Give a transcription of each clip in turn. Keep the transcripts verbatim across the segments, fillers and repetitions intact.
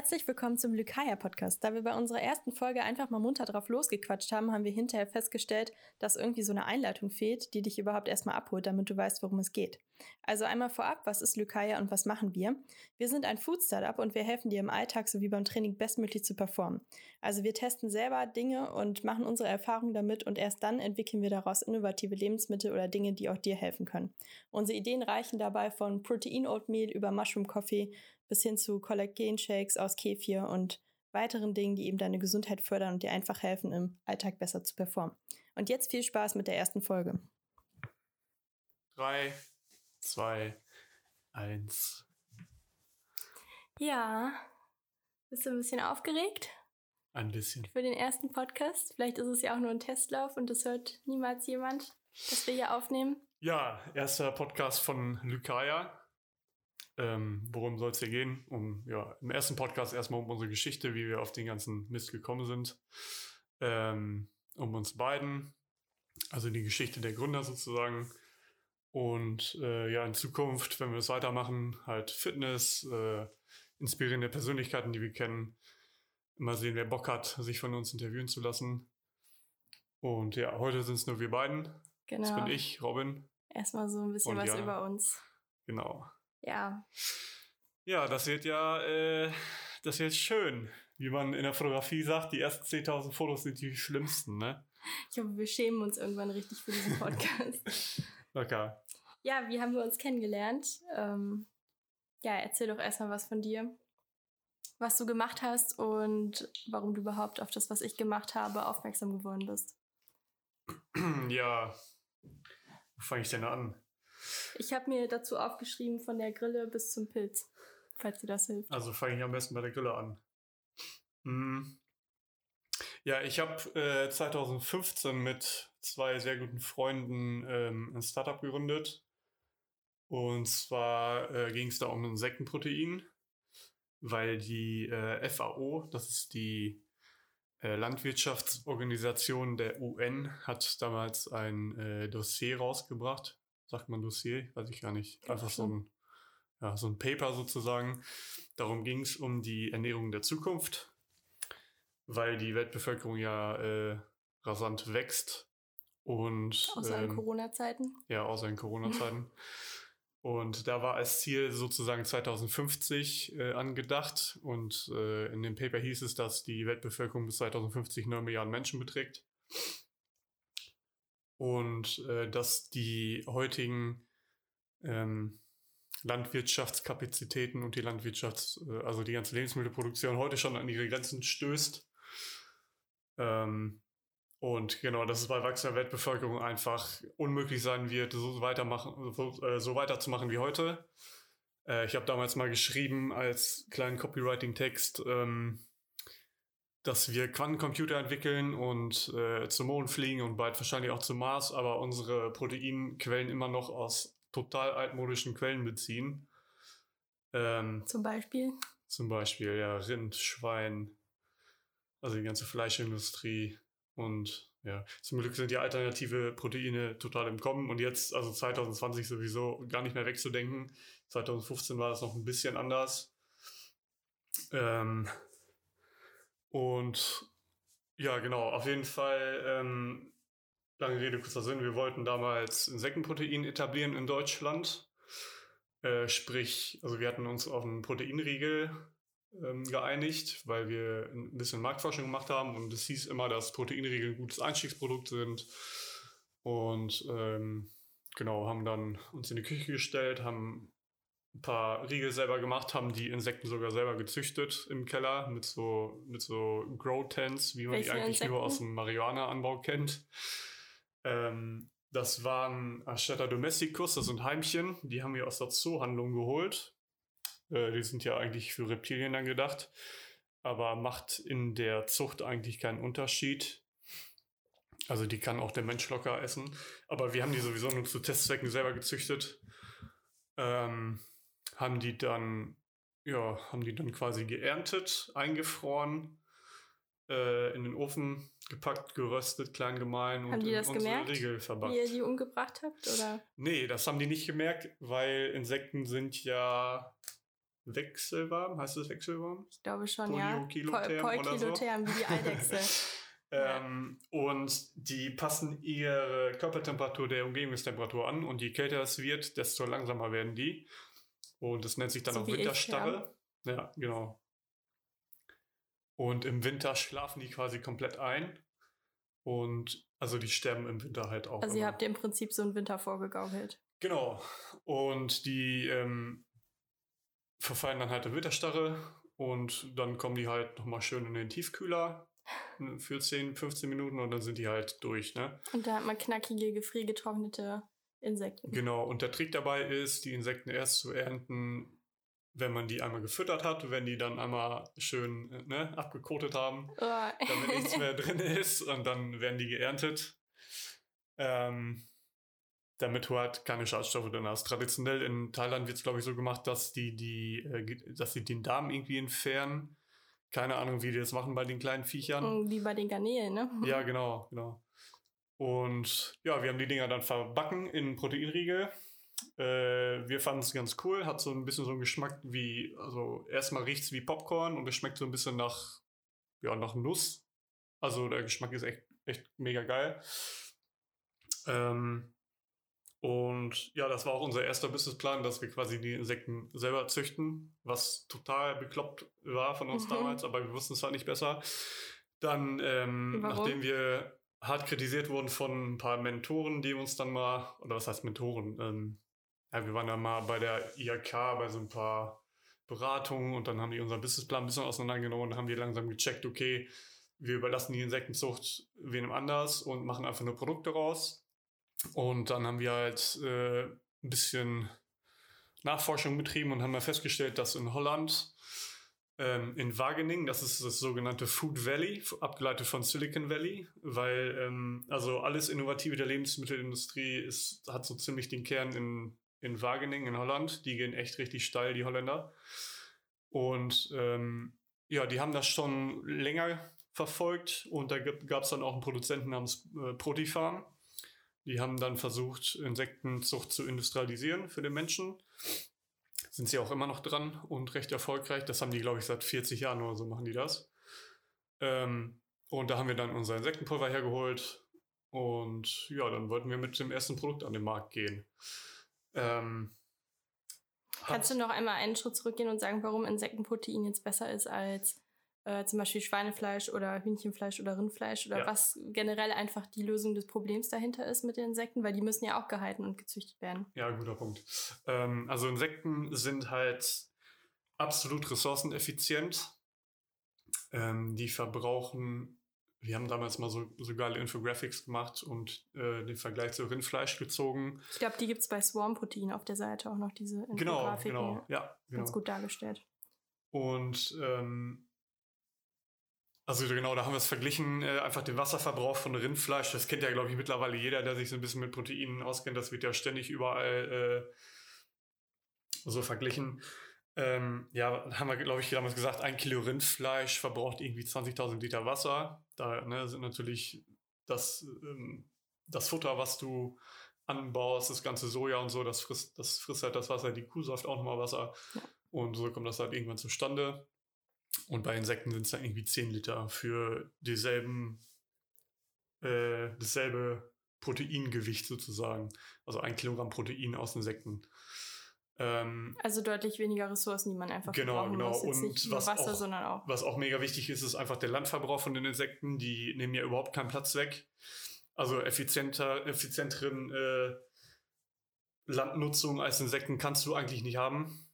Herzlich willkommen zum Lycaia-Podcast. Da wir bei unserer ersten Folge einfach mal munter drauf losgequatscht haben, haben wir hinterher festgestellt, dass irgendwie so eine Einleitung fehlt, die dich überhaupt erstmal abholt, damit du weißt, worum es geht. Also einmal vorab, was ist Lycaia und was machen wir? Wir sind ein Food-Startup und wir helfen dir im Alltag sowie beim Training bestmöglich zu performen. Also wir testen selber Dinge und machen unsere Erfahrungen damit und erst dann entwickeln wir daraus innovative Lebensmittel oder Dinge, die auch dir helfen können. Unsere Ideen reichen dabei von Protein-Oatmeal über Mushroom-Coffee bis hin zu Kollagen-Shakes aus Kefir und weiteren Dingen, die eben deine Gesundheit fördern und dir einfach helfen, im Alltag besser zu performen. Und jetzt viel Spaß mit der ersten Folge. Drei, zwei, eins. Ja, bist du ein bisschen aufgeregt? Ein bisschen. Für den ersten Podcast? Vielleicht ist es ja auch nur ein Testlauf und das hört niemals jemand, dass wir hier aufnehmen. Ja, erster Podcast von Lycaia. Ähm, worum soll es hier gehen? Um, ja, im ersten Podcast erstmal um unsere Geschichte, wie wir auf den ganzen Mist gekommen sind. Ähm, um uns beiden, also die Geschichte der Gründer sozusagen. Und äh, ja, in Zukunft, wenn wir es weitermachen, halt Fitness, äh, inspirierende Persönlichkeiten, die wir kennen. Mal sehen, wer Bock hat, sich von uns interviewen zu lassen. Und ja, heute sind es nur wir beiden. Genau. Das bin ich, Robin. Erstmal so ein bisschen Und was Jana. über uns. Genau. Ja. Ja, das wird ja, äh, das wird schön. Wie man in der Fotografie sagt, die ersten zehntausend Fotos sind die schlimmsten, ne? Ich hoffe, wir schämen uns irgendwann richtig für diesen Podcast. Okay. Ja, wie haben wir uns kennengelernt? Ähm, ja, erzähl doch erstmal was von dir. Was du gemacht hast und warum du überhaupt auf das, was ich gemacht habe, aufmerksam geworden bist. Ja, wo fange ich denn an? Ich habe mir dazu aufgeschrieben, von der Grille bis zum Pilz, falls dir das hilft. Also fange ich am besten bei der Grille an. Hm. Ja, ich habe äh, zweitausendfünfzehn mit zwei sehr guten Freunden ähm, ein Startup gegründet. Und zwar äh, ging es da um Insektenprotein, weil die äh, F A O, das ist die äh, Landwirtschaftsorganisation der U N, hat damals ein äh, Dossier rausgebracht. Sagt man Dossier? Weiß ich gar nicht. Einfach so ein, ja, so ein Paper sozusagen. Darum ging es um die Ernährung der Zukunft, weil die Weltbevölkerung ja äh, rasant wächst. Und, außer ähm, in Corona-Zeiten. Ja, außer in Corona-Zeiten. Und da war als Ziel sozusagen zweitausendfünfzig äh, angedacht. Und äh, in dem Paper hieß es, dass die Weltbevölkerung bis zweitausendfünfzig neun Milliarden Menschen beträgt. Und äh, dass die heutigen ähm, Landwirtschaftskapazitäten und die Landwirtschafts-, äh, also die ganze Lebensmittelproduktion heute schon an ihre Grenzen stößt. Ähm, und genau, dass es bei wachsender Weltbevölkerung einfach unmöglich sein wird, so weitermachen, so, äh, so weiterzumachen wie heute. Äh, ich habe damals mal geschrieben als kleinen Copywriting-Text, ähm, dass wir Quantencomputer entwickeln und äh, zum Mond fliegen und bald wahrscheinlich auch zum Mars, aber unsere Proteinquellen immer noch aus total altmodischen Quellen beziehen. Ähm, Zum Beispiel? Zum Beispiel, ja, Rind, Schwein, also die ganze Fleischindustrie. Und ja, zum Glück sind die alternative Proteine total im Kommen und jetzt, also zwanzig zwanzig sowieso gar nicht mehr wegzudenken. zwanzig fünfzehn war das noch ein bisschen anders. Ähm, und ja, genau, auf jeden Fall, ähm, lange Rede, kurzer Sinn, wir wollten damals Insektenprotein etablieren in Deutschland. Äh, sprich, also wir hatten uns auf einen Proteinriegel ähm, geeinigt, weil wir ein bisschen Marktforschung gemacht haben und es hieß immer, dass Proteinriegel ein gutes Einstiegsprodukt sind. Und ähm, genau, haben dann uns in die Küche gestellt, haben ein paar Riegel selber gemacht, haben die Insekten sogar selber gezüchtet im Keller mit so, mit so Grow-Tents, wie man Welche die eigentlich Insekten? nur aus dem Marihuana-Anbau kennt. Ähm, das waren Asceta domesticus, das sind Heimchen, die haben wir aus der Zoohandlung geholt. Äh, die sind ja eigentlich für Reptilien dann gedacht, aber macht in der Zucht eigentlich keinen Unterschied. Also die kann auch der Mensch locker essen, aber wir haben die sowieso nur zu Testzwecken selber gezüchtet. Ähm, haben die dann, ja, haben die dann quasi geerntet, eingefroren, äh, in den Ofen gepackt, geröstet, klein gemein und haben die in das unsere gemerkt, Riegel verbackt. wie ihr die umgebracht habt? Oder? Nee, das haben die nicht gemerkt, weil Insekten sind ja Wechselwarm, heißt das Wechselwarm? Ich glaube schon, ja. Polykilotherm oder so. Polykilotherm, wie die Eidechse. ähm, und die passen ihre Körpertemperatur der Umgebungstemperatur an und je kälter es wird, desto langsamer werden die. Und das nennt sich dann So auch wie ich, Winterstarre. Ja. ja, genau. Und im Winter schlafen die quasi komplett ein. Und also die sterben im Winter halt auch. Also ihr habt ihr im Prinzip so einen Winter vorgegaukelt. Genau. Und die ähm, verfallen dann halt in Winterstarre und dann kommen die halt nochmal schön in den Tiefkühler für zehn, fünfzehn Minuten und dann sind die halt durch, ne? Und da hat man knackige, gefriergetrocknete Insekten. Genau. Und der Trick dabei ist, die Insekten erst zu ernten, wenn man die einmal gefüttert hat, wenn die dann einmal schön ne, abgekotet haben, Oh. damit nichts mehr drin ist und dann werden die geerntet, ähm, damit du halt keine Schadstoffe drin hast. Traditionell in Thailand wird es, glaube ich, so gemacht, dass die, die, äh, dass die den Darm irgendwie entfernen. Keine Ahnung, wie die das machen bei den kleinen Viechern. Wie bei den Garnelen, ne? Ja, genau, genau. Und ja, wir haben die Dinger dann verbacken in Proteinriegel. Äh, wir fanden es ganz cool, hat so ein bisschen so einen Geschmack wie, also erstmal riecht es wie Popcorn und es schmeckt so ein bisschen nach, ja, nach Nuss. Also der Geschmack ist echt, echt mega geil. Ähm, und ja, das war auch unser erster Businessplan, dass wir quasi die Insekten selber züchten, was total bekloppt war von uns mhm. damals, aber wir wussten es halt nicht besser. Dann, ähm, nachdem wir hart kritisiert wurden von ein paar Mentoren, die uns dann mal, oder was heißt Mentoren, ähm, ja, wir waren dann mal bei der I H K bei so ein paar Beratungen und dann haben die unseren Businessplan ein bisschen auseinandergenommen und dann haben wir langsam gecheckt, okay, wir überlassen die Insektenzucht wem anders und machen einfach nur Produkte raus. Und dann haben wir halt äh, ein bisschen Nachforschung betrieben und haben mal festgestellt, dass in Holland, ähm, in Wageningen, das ist das sogenannte Food Valley, abgeleitet von Silicon Valley, weil ähm, also alles Innovative der Lebensmittelindustrie ist, hat so ziemlich den Kern in in Wageningen in Holland. Die gehen echt richtig steil, die Holländer. Und ähm, ja, die haben das schon länger verfolgt und da gab es dann auch einen Produzenten namens äh, Protifarm. Die haben dann versucht, Insektenzucht zu industrialisieren für den Menschen. Sind sie auch immer noch dran und recht erfolgreich. Das haben die, glaube ich, seit vierzig Jahren oder so machen die das. Ähm, und da haben wir dann unser Insektenpulver hergeholt und ja, dann wollten wir mit dem ersten Produkt an den Markt gehen. Ähm, Kannst du noch einmal einen Schritt zurückgehen und sagen, warum Insektenprotein jetzt besser ist als äh, zum Beispiel Schweinefleisch oder Hühnchenfleisch oder Rindfleisch oder ja. was generell einfach die Lösung des Problems dahinter ist mit den Insekten, weil die müssen ja auch gehalten und gezüchtet werden. Ja, guter Punkt. Ähm, also Insekten sind halt absolut ressourceneffizient. Ähm, die verbrauchen Wir haben damals mal so, so geile Infographics gemacht und äh, den Vergleich zu Rindfleisch gezogen. Ich glaube, die gibt es bei Swarm Protein auf der Seite auch noch, diese Infografiken. Genau, genau, ja. Genau. Ganz gut dargestellt. Und ähm, also genau, da haben wir es verglichen, äh, einfach den Wasserverbrauch von Rindfleisch. Das kennt ja, glaube ich, mittlerweile jeder, der sich so ein bisschen mit Proteinen auskennt. Das wird ja ständig überall äh, so verglichen. Ähm, ja, haben wir, glaube ich, damals gesagt, ein Kilo Rindfleisch verbraucht irgendwie zwanzigtausend Liter Wasser. Da ne, sind natürlich das, ähm, das Futter, was du anbaust, das ganze Soja und so, das frisst, das frisst halt das Wasser, die Kuh sauft auch nochmal Wasser. Ja. Und so kommt das halt irgendwann zustande. Und bei Insekten sind es dann irgendwie zehn Liter für dieselben, äh, dasselbe Proteingewicht sozusagen. Also ein Kilogramm Protein aus Insekten. Ähm, also deutlich weniger Ressourcen, die man einfach genau, verbrauchen genau. muss. Jetzt und nicht nur was Wasser, auch, sondern auch. Was auch mega wichtig ist, ist einfach der Landverbrauch von den Insekten. Die nehmen ja überhaupt keinen Platz weg. Also effizienter, effizienteren äh, Landnutzung als Insekten kannst du eigentlich nicht haben.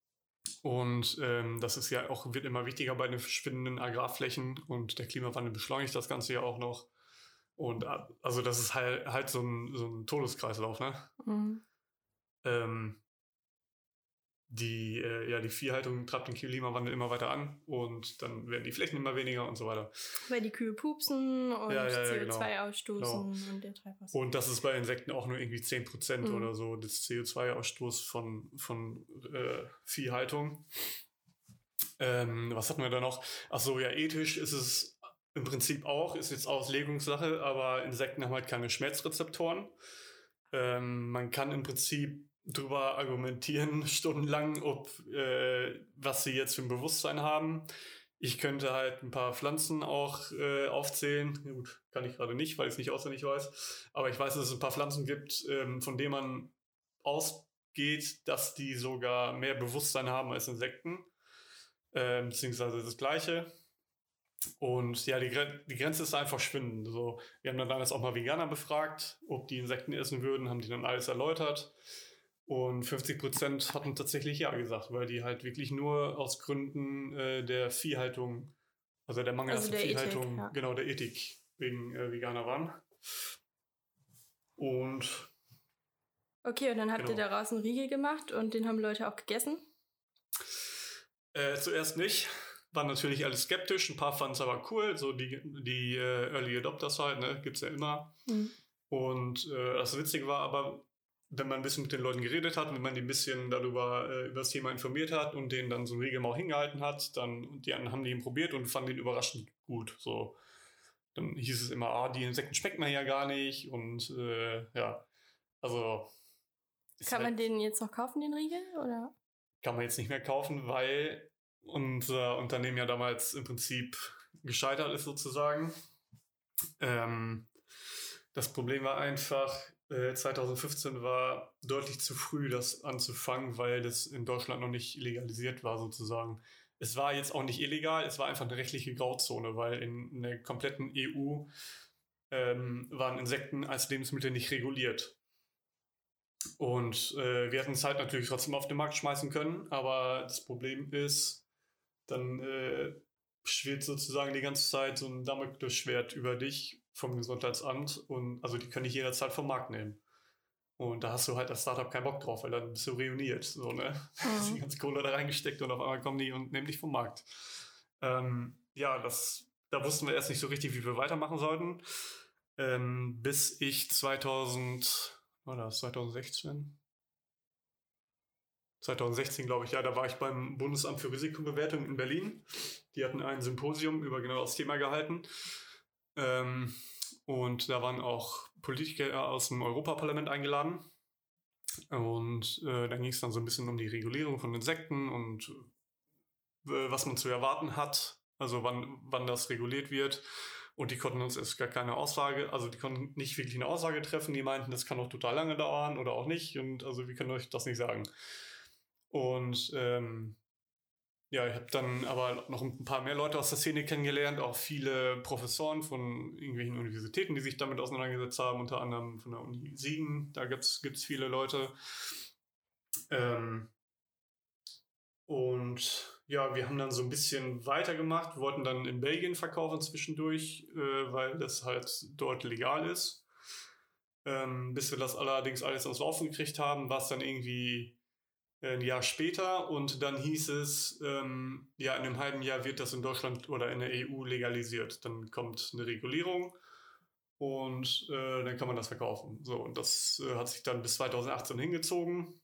Und ähm, das ist ja auch, wird immer wichtiger bei den verschwindenden Agrarflächen und der Klimawandel beschleunigt das Ganze ja auch noch. Und also das ist halt, halt so, ein, so ein Todeskreislauf, ne? Mhm. Ähm, Die, äh, ja, die Viehhaltung treibt den Klimawandel immer weiter an und dann werden die Flächen immer weniger und so weiter. Weil die Kühe pupsen und ja, ja, ja, C O zwei genau. ausstoßen genau. und der Treibhausgas. Und das ist bei Insekten auch nur irgendwie zehn Prozent mhm. oder so des C O zwei Ausstoß von, von äh, Viehhaltung. Ähm, was hatten wir da noch? Achso, ja, ethisch ist es im Prinzip auch, ist jetzt Auslegungssache, aber Insekten haben halt keine Schmerzrezeptoren. Ähm, man kann im Prinzip drüber argumentieren, stundenlang, ob äh, was sie jetzt für ein Bewusstsein haben. Ich könnte halt ein paar Pflanzen auch äh, aufzählen. Ja, gut, kann ich gerade nicht, weil ich es nicht auswendig weiß. Aber ich weiß, dass es ein paar Pflanzen gibt, ähm, von denen man ausgeht, dass die sogar mehr Bewusstsein haben als Insekten. Ähm, beziehungsweise das Gleiche. Und ja, die, Gren die Grenze ist einfach schwindend. So, wir haben dann damals auch mal Veganer befragt, ob die Insekten essen würden, haben die dann alles erläutert. Und fünfzig Prozent hatten tatsächlich ja gesagt, weil die halt wirklich nur aus Gründen äh, der Viehhaltung, also der mangelhaften Also der Viehhaltung, Ethik, ja. genau, der Ethik wegen äh, Veganer waren. Und okay, und dann habt genau. ihr daraus einen Riegel gemacht und den haben Leute auch gegessen? Äh, zuerst nicht. Waren natürlich alle skeptisch, ein paar fanden es aber cool, so die, die äh, Early Adopters halt, ne, gibt's ja immer. Mhm. Und äh, das Witzige war aber, wenn man ein bisschen mit den Leuten geredet hat, wenn man die ein bisschen darüber, äh, über das Thema informiert hat und denen dann so einen Riegel mal hingehalten hat, dann die anderen haben die ihn probiert und fanden ihn überraschend gut. So. Dann hieß es immer, ah, die Insekten schmeckt man ja gar nicht und äh, ja, also... Kann man halt, den jetzt noch kaufen, den Riegel, oder? Kann man jetzt nicht mehr kaufen, weil unser Unternehmen ja damals im Prinzip gescheitert ist sozusagen. Ähm, das Problem war einfach, äh, zwanzig fünfzehn war deutlich zu früh, das anzufangen, weil das in Deutschland noch nicht legalisiert war sozusagen. Es war jetzt auch nicht illegal, es war einfach eine rechtliche Grauzone, weil in, in der kompletten E U ähm, waren Insekten als Lebensmittel nicht reguliert. Und äh, wir hätten es halt natürlich trotzdem auf den Markt schmeißen können, aber das Problem ist, dann äh, schwirrt sozusagen die ganze Zeit so ein Damoklesschwert über dich vom Gesundheitsamt und also die können dich jederzeit vom Markt nehmen. Und da hast du halt als Startup keinen Bock drauf, weil dann bist du reuniert. So, ne? Mhm. Die ganze Kohle da reingesteckt und auf einmal kommen die und nehmen dich vom Markt. Ähm, ja, das, da wussten wir erst nicht so richtig, wie wir weitermachen sollten. Ähm, bis ich zweitausend, war das zwanzig sechzehn? zwanzig sechzehn, glaube ich, ja, da war ich beim Bundesamt für Risikobewertung in Berlin. Die hatten ein Symposium über genau das Thema gehalten. Ähm, und da waren auch Politiker aus dem Europaparlament eingeladen. Und äh, dann ging es dann so ein bisschen um die Regulierung von Insekten und äh, was man zu erwarten hat, also wann, wann das reguliert wird. Und die konnten uns erst gar keine Aussage, also die konnten nicht wirklich eine Aussage treffen. Die meinten, das kann noch total lange dauern oder auch nicht. Und also wir können euch das nicht sagen. Und ähm, ja, ich habe dann aber noch ein paar mehr Leute aus der Szene kennengelernt, auch viele Professoren von irgendwelchen Universitäten, die sich damit auseinandergesetzt haben, unter anderem von der Uni Siegen, da gibt es viele Leute. Ähm, und ja, wir haben dann so ein bisschen weitergemacht, wir wollten dann in Belgien verkaufen zwischendurch, äh, weil das halt dort legal ist. Ähm, bis wir das allerdings alles ans Laufen gekriegt haben, war es dann irgendwie ein Jahr später und dann hieß es, ähm, ja, in einem halben Jahr wird das in Deutschland oder in der E U legalisiert. Dann kommt eine Regulierung und äh, dann kann man das verkaufen. So, und das äh, hat sich dann bis zwanzig achtzehn hingezogen.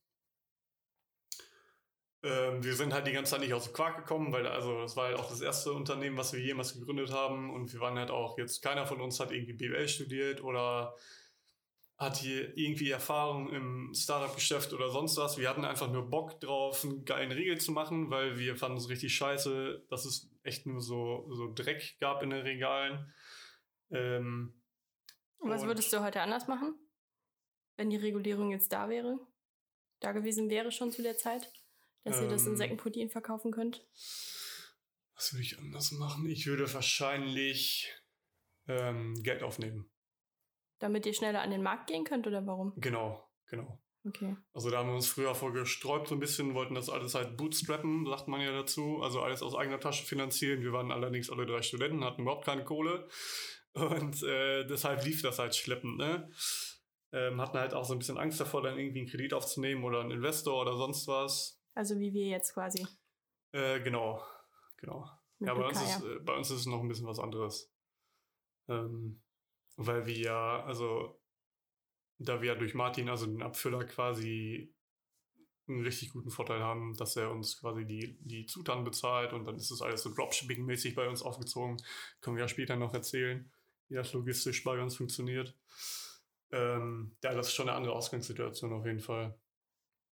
Ähm, wir sind halt die ganze Zeit nicht aus dem Quark gekommen, weil also das war halt auch das erste Unternehmen, was wir jemals gegründet haben und wir waren halt auch jetzt, keiner von uns hat irgendwie B W L studiert oder hat hier irgendwie Erfahrung im Startup-Geschäft oder sonst was. Wir hatten einfach nur Bock drauf, einen geilen Riegel zu machen, weil wir fanden es richtig scheiße, dass es echt nur so, so Dreck gab in den Regalen. Ähm, und was würdest du heute anders machen, wenn die Regulierung jetzt da wäre? Da gewesen wäre schon zu der Zeit, dass ähm, ihr das Insektenprotein verkaufen könnt? Was würde ich anders machen? Ich würde wahrscheinlich ähm, Geld aufnehmen. Damit ihr schneller an den Markt gehen könnt, oder warum? Genau, genau. Okay. Also da haben wir uns früher vorgesträubt so ein bisschen, wollten das alles halt bootstrappen, sagt man ja dazu. Also alles aus eigener Tasche finanzieren. Wir waren allerdings alle drei Studenten, hatten überhaupt keine Kohle. Und äh, deshalb lief das halt schleppend, ne? Ähm, hatten halt auch so ein bisschen Angst davor, dann irgendwie einen Kredit aufzunehmen oder einen Investor oder sonst was. Also wie wir jetzt quasi. Äh, genau, genau. Mit ja, bei uns, ist, äh, bei uns ist es noch ein bisschen was anderes. Ähm, weil wir ja, also da wir ja durch Martin, also den Abfüller, quasi einen richtig guten Vorteil haben, dass er uns quasi die, die Zutaten bezahlt und dann ist das alles so Dropshipping-mäßig bei uns aufgezogen. Können wir ja später noch erzählen, wie das logistisch bei uns funktioniert. Ähm, ja, das ist schon eine andere Ausgangssituation auf jeden Fall.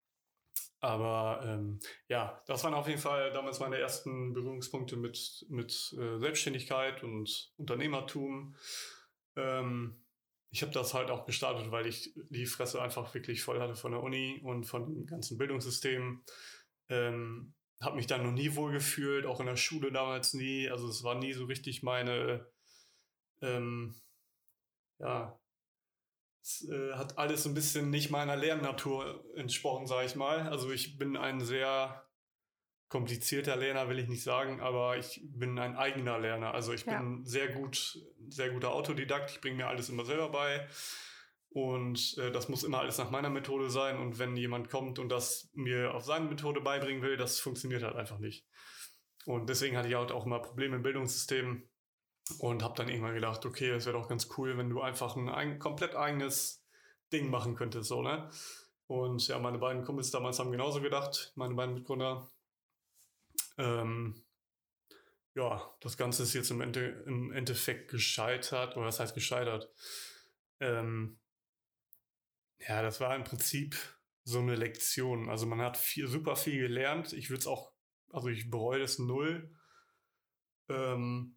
Aber ähm, ja, das waren auf jeden Fall damals meine ersten Berührungspunkte mit, mit äh, Selbstständigkeit und Unternehmertum. Ähm, ich habe das halt auch gestartet, weil ich die Fresse einfach wirklich voll hatte von der Uni und von dem ganzen Bildungssystem. Ähm, habe mich dann noch nie wohl gefühlt, auch in der Schule damals nie. Also es war nie so richtig meine, ähm, ja, es äh, hat alles so ein bisschen nicht meiner Lernnatur entsprochen, sage ich mal. Also ich bin ein sehr komplizierter Lerner, will ich nicht sagen, aber ich bin ein eigener Lerner. Also ich Ja. bin sehr gut, sehr guter Autodidakt. Ich bringe mir alles immer selber bei. Und äh, das muss immer alles nach meiner Methode sein. Und wenn jemand kommt und das mir auf seine Methode beibringen will, das funktioniert halt einfach nicht. Und deswegen hatte ich halt auch immer Probleme im Bildungssystem und habe dann irgendwann gedacht, okay, das wäre doch ganz cool, wenn du einfach ein, ein komplett eigenes Ding machen könntest, so, ne? Und ja, meine beiden Kumpels damals haben genauso gedacht, meine beiden Mitgründer. Ähm, ja, das Ganze ist jetzt im, Ende, im Endeffekt gescheitert, oder was heißt gescheitert? Ähm, ja, das war im Prinzip so eine Lektion. Also man hat viel, super viel gelernt. Ich würde es auch, also ich bereue das null. Ähm,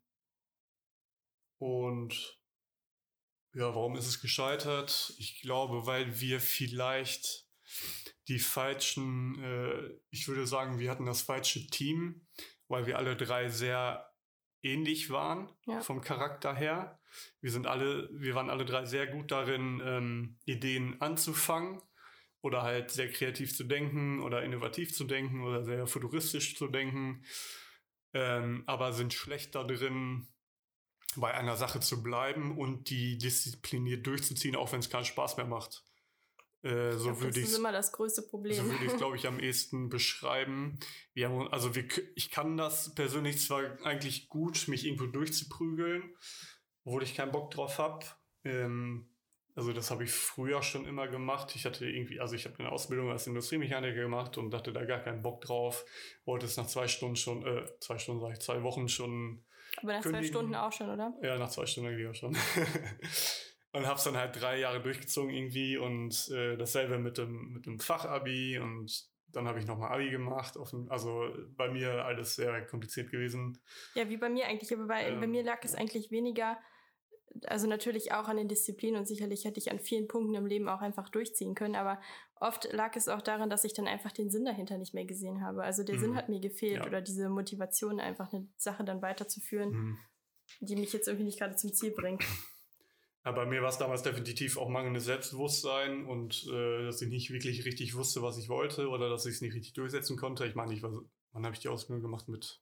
und ja, warum ist es gescheitert? Ich glaube, weil wir vielleicht die falschen, äh, ich würde sagen, wir hatten das falsche Team, weil wir alle drei sehr ähnlich waren, ja, vom Charakter her. Wir sind alle, wir waren alle drei sehr gut darin, ähm, Ideen anzufangen oder halt sehr kreativ zu denken oder innovativ zu denken oder sehr futuristisch zu denken, ähm, aber sind schlecht darin, bei einer Sache zu bleiben und die diszipliniert durchzuziehen, auch wenn es keinen Spaß mehr macht. Äh, so ich glaub, das ist immer das größte Problem. So würde ich es, glaube ich, am ehesten beschreiben. Wir haben, also wir, ich kann das persönlich zwar eigentlich gut, mich irgendwo durchzuprügeln, obwohl ich keinen Bock drauf habe. Ähm, also das habe ich früher schon immer gemacht. Ich hatte irgendwie, also ich habe eine Ausbildung als Industriemechaniker gemacht und hatte da gar keinen Bock drauf. Wollte es nach zwei Stunden schon, äh, zwei Stunden sage ich, zwei Wochen schon. Aber nach kündigen. Zwei Stunden auch schon, oder? Ja, nach zwei Stunden eigentlich auch schon. Und hab's dann halt drei Jahre durchgezogen irgendwie und äh, dasselbe mit dem, mit dem Fachabi und dann habe ich nochmal Abi gemacht. Auf dem, also bei mir alles sehr kompliziert gewesen. Ja, wie bei mir eigentlich, aber bei, ähm, bei mir lag es eigentlich weniger, also natürlich auch an den Disziplinen und sicherlich hätte ich an vielen Punkten im Leben auch einfach durchziehen können, aber oft lag es auch daran, dass ich dann einfach den Sinn dahinter nicht mehr gesehen habe. Also der mhm. Sinn hat mir gefehlt, ja, oder diese Motivation, einfach eine Sache dann weiterzuführen, mhm. die mich jetzt irgendwie nicht gerade zum Ziel bringt. Ja, bei mir war es damals definitiv auch mangelndes Selbstbewusstsein und äh, dass ich nicht wirklich richtig wusste, was ich wollte oder dass ich es nicht richtig durchsetzen konnte. Ich meine, ich war, wann habe ich die Ausbildung gemacht? Mit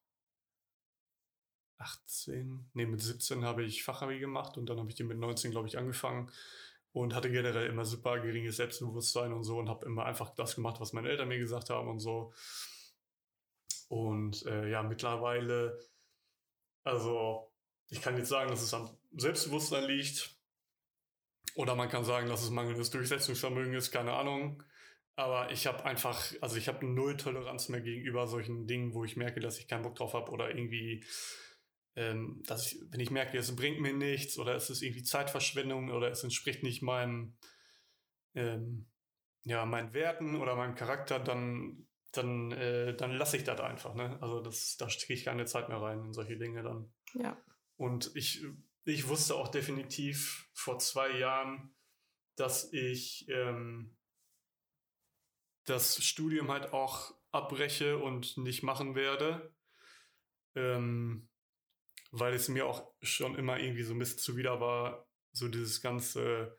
achtzehn? Nee, mit siebzehn habe ich Fachabi gemacht und dann habe ich die mit neunzehn, glaube ich, angefangen und hatte generell immer super geringes Selbstbewusstsein und so und habe immer einfach das gemacht, was meine Eltern mir gesagt haben und so. Und äh, ja, mittlerweile, also ich kann jetzt sagen, dass es am Selbstbewusstsein liegt. Oder man kann sagen, dass es mangelndes Durchsetzungsvermögen ist, keine Ahnung. Aber ich habe einfach, also ich habe null Toleranz mehr gegenüber solchen Dingen, wo ich merke, dass ich keinen Bock drauf habe oder irgendwie, ähm, dass ich, wenn ich merke, es bringt mir nichts oder es ist irgendwie Zeitverschwendung oder es entspricht nicht meinem, ähm, ja, meinen Werten oder meinem Charakter, dann, dann, äh, dann lasse ich das einfach. Ne? Also das, da stecke ich keine Zeit mehr rein in solche Dinge dann. Ja. Und ich Ich wusste auch definitiv vor zwei Jahren, dass ich ähm, das Studium halt auch abbreche und nicht machen werde, ähm, weil es mir auch schon immer irgendwie so ein bisschen zuwider war, so dieses ganze,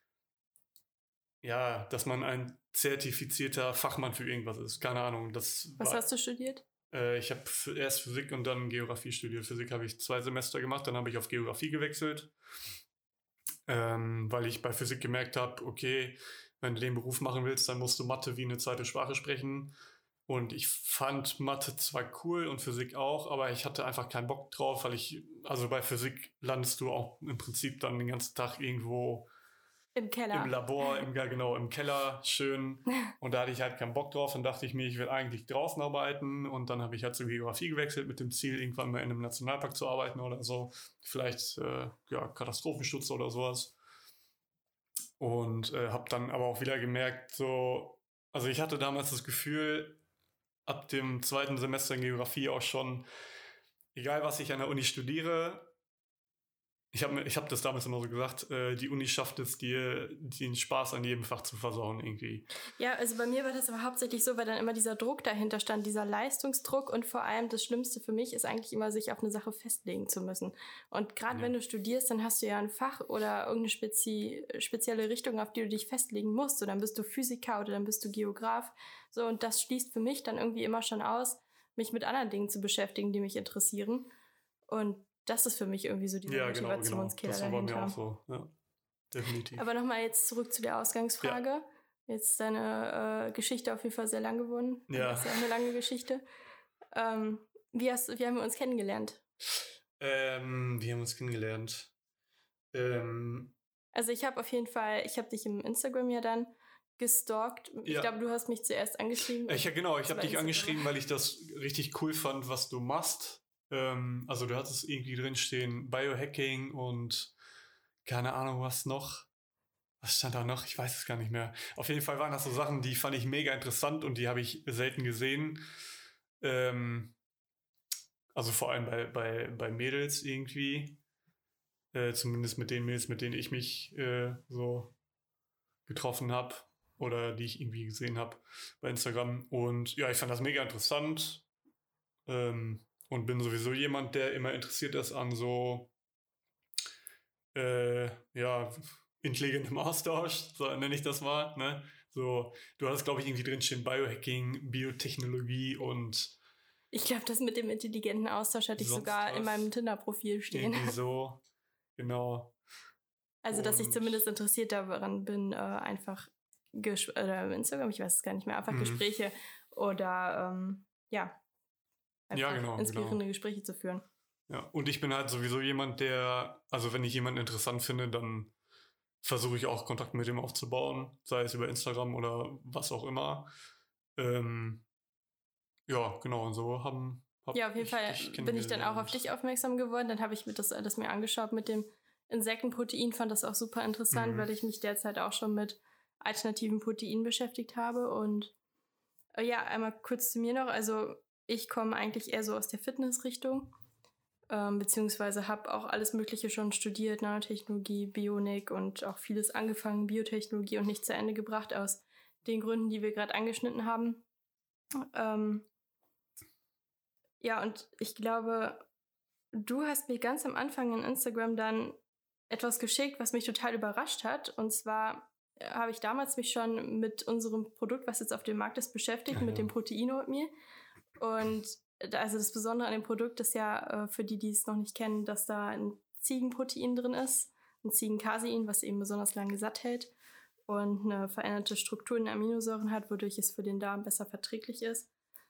ja, dass man ein zertifizierter Fachmann für irgendwas ist. Keine Ahnung. Das Was war, hast du studiert? Äh, ich habe erst Physik und dann Geografie studiert. Physik habe ich zwei Semester gemacht, dann habe ich auf Geografie gewechselt, ähm, weil ich bei Physik gemerkt habe, okay, wenn du den Beruf machen willst, dann musst du Mathe wie eine zweite Sprache sprechen. Und ich fand Mathe zwar cool und Physik auch, aber ich hatte einfach keinen Bock drauf, weil ich, also bei Physik landest du auch im Prinzip dann den ganzen Tag irgendwo im Keller. Im Labor, im, ja genau, im Keller, schön. Und da hatte ich halt keinen Bock drauf. Dann dachte ich mir, ich will eigentlich draußen arbeiten. Und dann habe ich halt zur Geografie gewechselt mit dem Ziel, irgendwann mal in einem Nationalpark zu arbeiten oder so. Vielleicht äh, ja, Katastrophenschutz oder sowas. Und äh, habe dann aber auch wieder gemerkt, so, Also ich hatte damals das Gefühl, ab dem zweiten Semester in Geografie auch schon, egal was ich an der Uni studiere, ich habe ich hab das damals immer so gesagt, äh, die Uni schafft es dir, den Spaß an jedem Fach zu versauen irgendwie. Ja, also bei mir war das aber hauptsächlich so, weil dann immer dieser Druck dahinter stand, dieser Leistungsdruck, und vor allem das Schlimmste für mich ist eigentlich immer, sich auf eine Sache festlegen zu müssen. Und gerade ja. wenn du studierst, dann hast du ja ein Fach oder irgendeine spezi- spezielle Richtung, auf die du dich festlegen musst. So, dann bist du Physiker oder dann bist du Geograf. So, und das schließt für mich dann irgendwie immer schon aus, mich mit anderen Dingen zu beschäftigen, die mich interessieren. Und das ist für mich irgendwie so dieser ja, Motivationskiller genau, genau. Das dahinter. war bei mir auch so, ja, definitiv. Aber nochmal jetzt zurück zu der Ausgangsfrage. Ja. Jetzt ist deine äh, Geschichte auf jeden Fall sehr lang geworden. Ja. Das ist ja auch eine lange Geschichte. Ähm, wie, hast, wie haben wir uns kennengelernt? Ähm, wie haben wir uns kennengelernt? Ähm, also ich habe auf jeden Fall, ich habe dich im Instagram ja dann gestalkt. Ich ja. glaube, du hast mich zuerst angeschrieben. Ich, ja, genau, ich habe dich Instagram. angeschrieben, weil ich das richtig cool fand, was du machst. Ähm, also du hattest irgendwie drinstehen Biohacking und keine Ahnung was noch. Was stand da noch? Ich weiß es gar nicht mehr. Auf jeden Fall waren das so Sachen, die fand ich mega interessant und die habe ich selten gesehen. Ähm, also vor allem bei, bei, bei Mädels irgendwie. Äh, zumindest mit den Mädels, mit denen ich mich äh, so getroffen habe oder die ich irgendwie gesehen habe bei Instagram. Und ja, ich fand das mega interessant. Ähm, und bin sowieso jemand, der immer interessiert ist an so äh, ja, intelligentem Austausch, so nenne ich das mal. Ne? So, du hattest, glaube ich, irgendwie drinstehen Biohacking, Biotechnologie und ich glaube, das mit dem intelligenten Austausch hatte ich sogar was in meinem Tinder-Profil stehen. Irgendwie so, genau. Also, und dass ich zumindest interessiert daran bin, äh, einfach Ges- oder Instagram, ich weiß es gar nicht mehr, einfach mhm. Gespräche oder ähm, ja, einfach ja, genau, inspirierende genau. Gespräche zu führen. Ja, und ich bin halt sowieso jemand, der, also wenn ich jemanden interessant finde, dann versuche ich auch Kontakt mit ihm aufzubauen, sei es über Instagram oder was auch immer. Ähm, ja, genau, und so haben hab Ja, auf jeden Fall bin ich dann auch auf dich aufmerksam geworden. Dann habe ich mir das alles mir angeschaut mit dem Insektenprotein, fand das auch super interessant, mhm. weil ich mich derzeit auch schon mit alternativen Proteinen beschäftigt habe. Und äh, ja, einmal kurz zu mir noch. Also ich komme eigentlich eher so aus der Fitnessrichtung, ähm, beziehungsweise habe auch alles Mögliche schon studiert, Nanotechnologie, Bionik und auch vieles angefangen, Biotechnologie, und nicht zu Ende gebracht, aus den Gründen, die wir gerade angeschnitten haben. Ähm, ja, und ich glaube, du hast mir ganz am Anfang in Instagram dann etwas geschickt, was mich total überrascht hat. Und zwar habe ich damals mich schon mit unserem Produkt, was jetzt auf dem Markt ist, beschäftigt, ja, mit ja. dem Protein-Oatmeal. Und also das Besondere an dem Produkt ist ja, für die, die es noch nicht kennen, dass da ein Ziegenprotein drin ist, ein Ziegencasein, was eben besonders lange satt hält und eine veränderte Struktur in Aminosäuren hat, wodurch es für den Darm besser verträglich ist.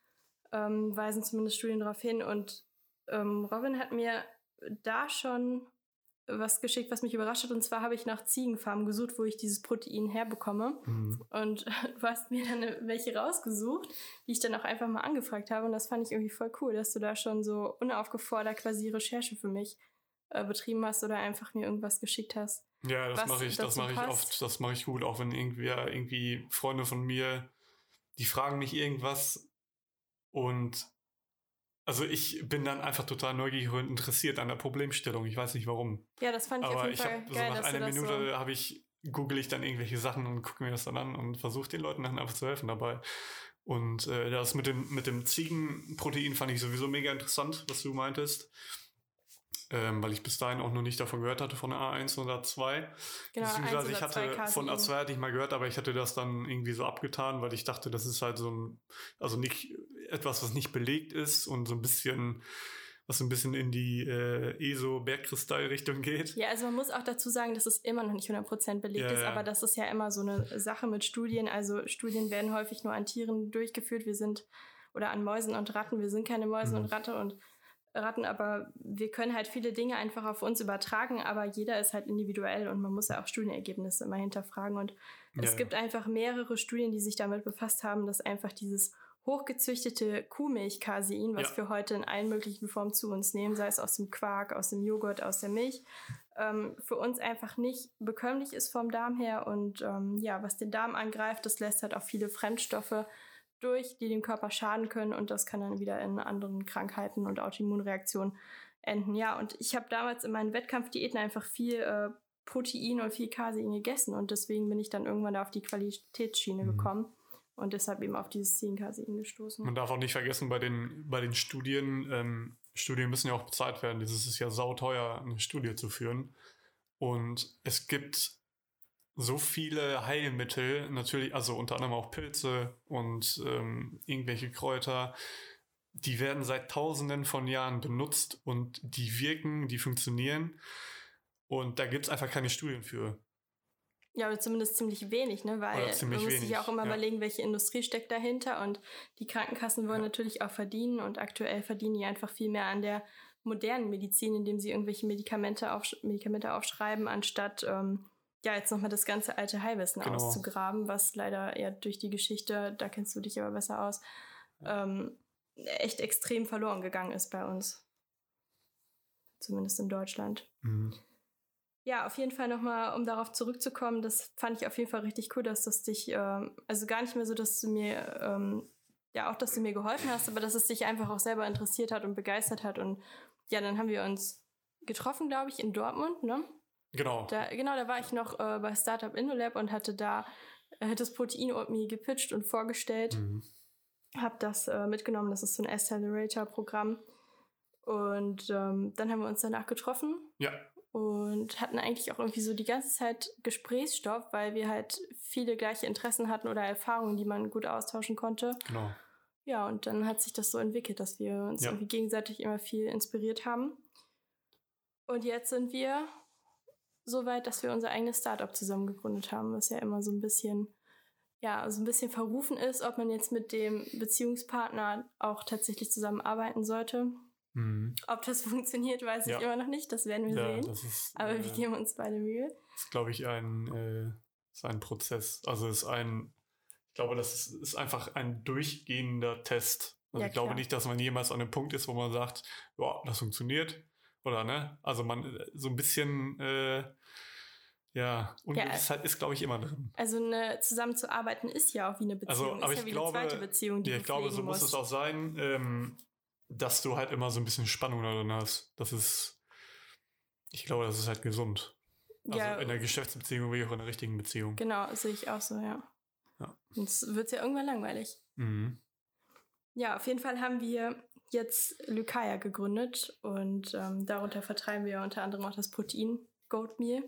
Ähm, weisen zumindest Studien darauf hin. Und ähm, Robin hat mir da schon was geschickt, was mich überrascht hat. Und zwar habe ich nach Ziegenfarmen gesucht, wo ich dieses Protein herbekomme. Mhm. Und du hast mir dann welche rausgesucht, die ich dann auch einfach mal angefragt habe. Und das fand ich irgendwie voll cool, dass du da schon so unaufgefordert quasi Recherche für mich äh, betrieben hast oder einfach mir irgendwas geschickt hast. Ja, das mache ich, das mache ich oft, das mache ich gut, auch wenn irgendwie, irgendwie Freunde von mir, die fragen mich irgendwas und also ich bin dann einfach total neugierig und interessiert an der Problemstellung. Ich weiß nicht warum. Ja, das fand ich Aber auf jeden ich Fall hab, geil, so nach dass einer du das Minute so... habe ich, google ich dann irgendwelche Sachen und gucke mir das dann an und versuche den Leuten dann einfach zu helfen dabei. Und äh, das mit dem, mit dem Ziegenprotein fand ich sowieso mega interessant, was du meintest. Ähm, weil ich bis dahin auch noch nicht davon gehört hatte, von A eins oder A zwei. Genau, beziehungsweise ich hatte Casein. von A zwei hatte ich mal gehört, aber ich hatte das dann irgendwie so abgetan, weil ich dachte, das ist halt so ein, also nicht etwas, was nicht belegt ist und so ein bisschen, was so ein bisschen in die äh, E S O-Bergkristall-Richtung geht. Ja, also man muss auch dazu sagen, dass es immer noch nicht hundert Prozent belegt ja, ist, ja. aber das ist ja immer so eine Sache mit Studien. Also Studien werden häufig nur an Tieren durchgeführt. Wir sind, oder an Mäusen und Ratten. Wir sind keine Mäuse mhm. und Ratte und Ratten, aber wir können halt viele Dinge einfach auf uns übertragen, aber jeder ist halt individuell und man muss ja auch Studienergebnisse immer hinterfragen. Und ja, es gibt ja. einfach mehrere Studien, die sich damit befasst haben, dass einfach dieses hochgezüchtete Kuhmilch-Casein, was ja. wir heute in allen möglichen Formen zu uns nehmen, sei es aus dem Quark, aus dem Joghurt, aus der Milch, ähm, für uns einfach nicht bekömmlich ist vom Darm her. Und ähm, ja, was den Darm angreift, das lässt halt auch viele Fremdstoffe durch, die dem Körper schaden können. Und das kann dann wieder in anderen Krankheiten und Autoimmunreaktionen enden. Ja, und ich habe damals in meinen Wettkampfdiäten einfach viel äh, Protein und viel Casein gegessen. Und deswegen bin ich dann irgendwann da auf die Qualitätsschiene mhm. gekommen. Und deshalb eben auf dieses zehn-Casein gestoßen. Man darf auch nicht vergessen, bei den, bei den Studien, ähm, Studien müssen ja auch bezahlt werden. Dieses ist ja sauteuer, eine Studie zu führen. Und es gibt so viele Heilmittel, natürlich, also unter anderem auch Pilze und ähm, irgendwelche Kräuter, die werden seit Tausenden von Jahren benutzt und die wirken, die funktionieren. Und da gibt es einfach keine Studien für. Ja, oder zumindest ziemlich wenig, ne? Weil man muss sich ja auch immer ja. überlegen, welche Industrie steckt dahinter, und die Krankenkassen wollen ja. natürlich auch verdienen, und aktuell verdienen die einfach viel mehr an der modernen Medizin, indem sie irgendwelche Medikamente, aufsch- Medikamente aufschreiben, anstatt ähm, ja jetzt nochmal das ganze alte Heilwissen genau. auszugraben, was leider eher durch die Geschichte, da kennst du dich aber besser aus, ja. ähm, echt extrem verloren gegangen ist bei uns. Zumindest in Deutschland. Mhm. Ja, auf jeden Fall nochmal, um darauf zurückzukommen, das fand ich auf jeden Fall richtig cool, dass das dich, ähm, also gar nicht mehr so, dass du mir, ähm, ja auch, dass du mir geholfen hast, aber dass es dich einfach auch selber interessiert hat und begeistert hat. Und ja, dann haben wir uns getroffen, glaube ich, in Dortmund, ne? Genau. Da, genau, da war ich noch äh, bei Startup Indolab und hatte da äh, das Protein-Oatmeal gepitcht und vorgestellt. Mhm. Hab das äh, mitgenommen, das ist so ein Accelerator-Programm. Und ähm, dann haben wir uns danach getroffen. Ja. Und hatten eigentlich auch irgendwie so die ganze Zeit Gesprächsstoff, weil wir halt viele gleiche Interessen hatten oder Erfahrungen, die man gut austauschen konnte. Genau. Ja, und dann hat sich das so entwickelt, dass wir uns ja. irgendwie gegenseitig immer viel inspiriert haben. Und jetzt sind wir so weit, dass wir unser eigenes Startup zusammen gegründet haben, was ja immer so ein bisschen, ja, so ein bisschen verrufen ist, ob man jetzt mit dem Beziehungspartner auch tatsächlich zusammenarbeiten sollte. Mhm. Ob das funktioniert, weiß ja. ich immer noch nicht. Das werden wir ja, sehen. Das ist, Aber äh, wir geben uns beide Mühe. Das ist, glaube ich, ein, äh, ist ein Prozess. Also es ist ein, ich glaube, das ist, ist einfach ein durchgehender Test. Also ja, ich glaube klar. nicht, dass man jemals an einem Punkt ist, wo man sagt, ja, das funktioniert. Oder ne? Also man so ein bisschen äh, ja, Ungewissheit ja, ist, glaube ich, immer drin. Also eine, zusammenzuarbeiten ist ja auch wie eine Beziehung. Also, aber ist ich ja wie glaube, eine zweite Beziehung, die ja, du ich glaube, so muss es auch sein, ähm, dass du halt immer so ein bisschen Spannung da drin hast. Das ist, ich glaube, das ist halt gesund. Also ja, in der Geschäftsbeziehung wie auch in der richtigen Beziehung. Genau, sehe ich auch so, ja. ja. Sonst wird es ja irgendwann langweilig. Mhm. Ja, auf jeden Fall haben wir jetzt Lykaya gegründet und ähm, darunter vertreiben wir unter anderem auch das Protein Goatmeal.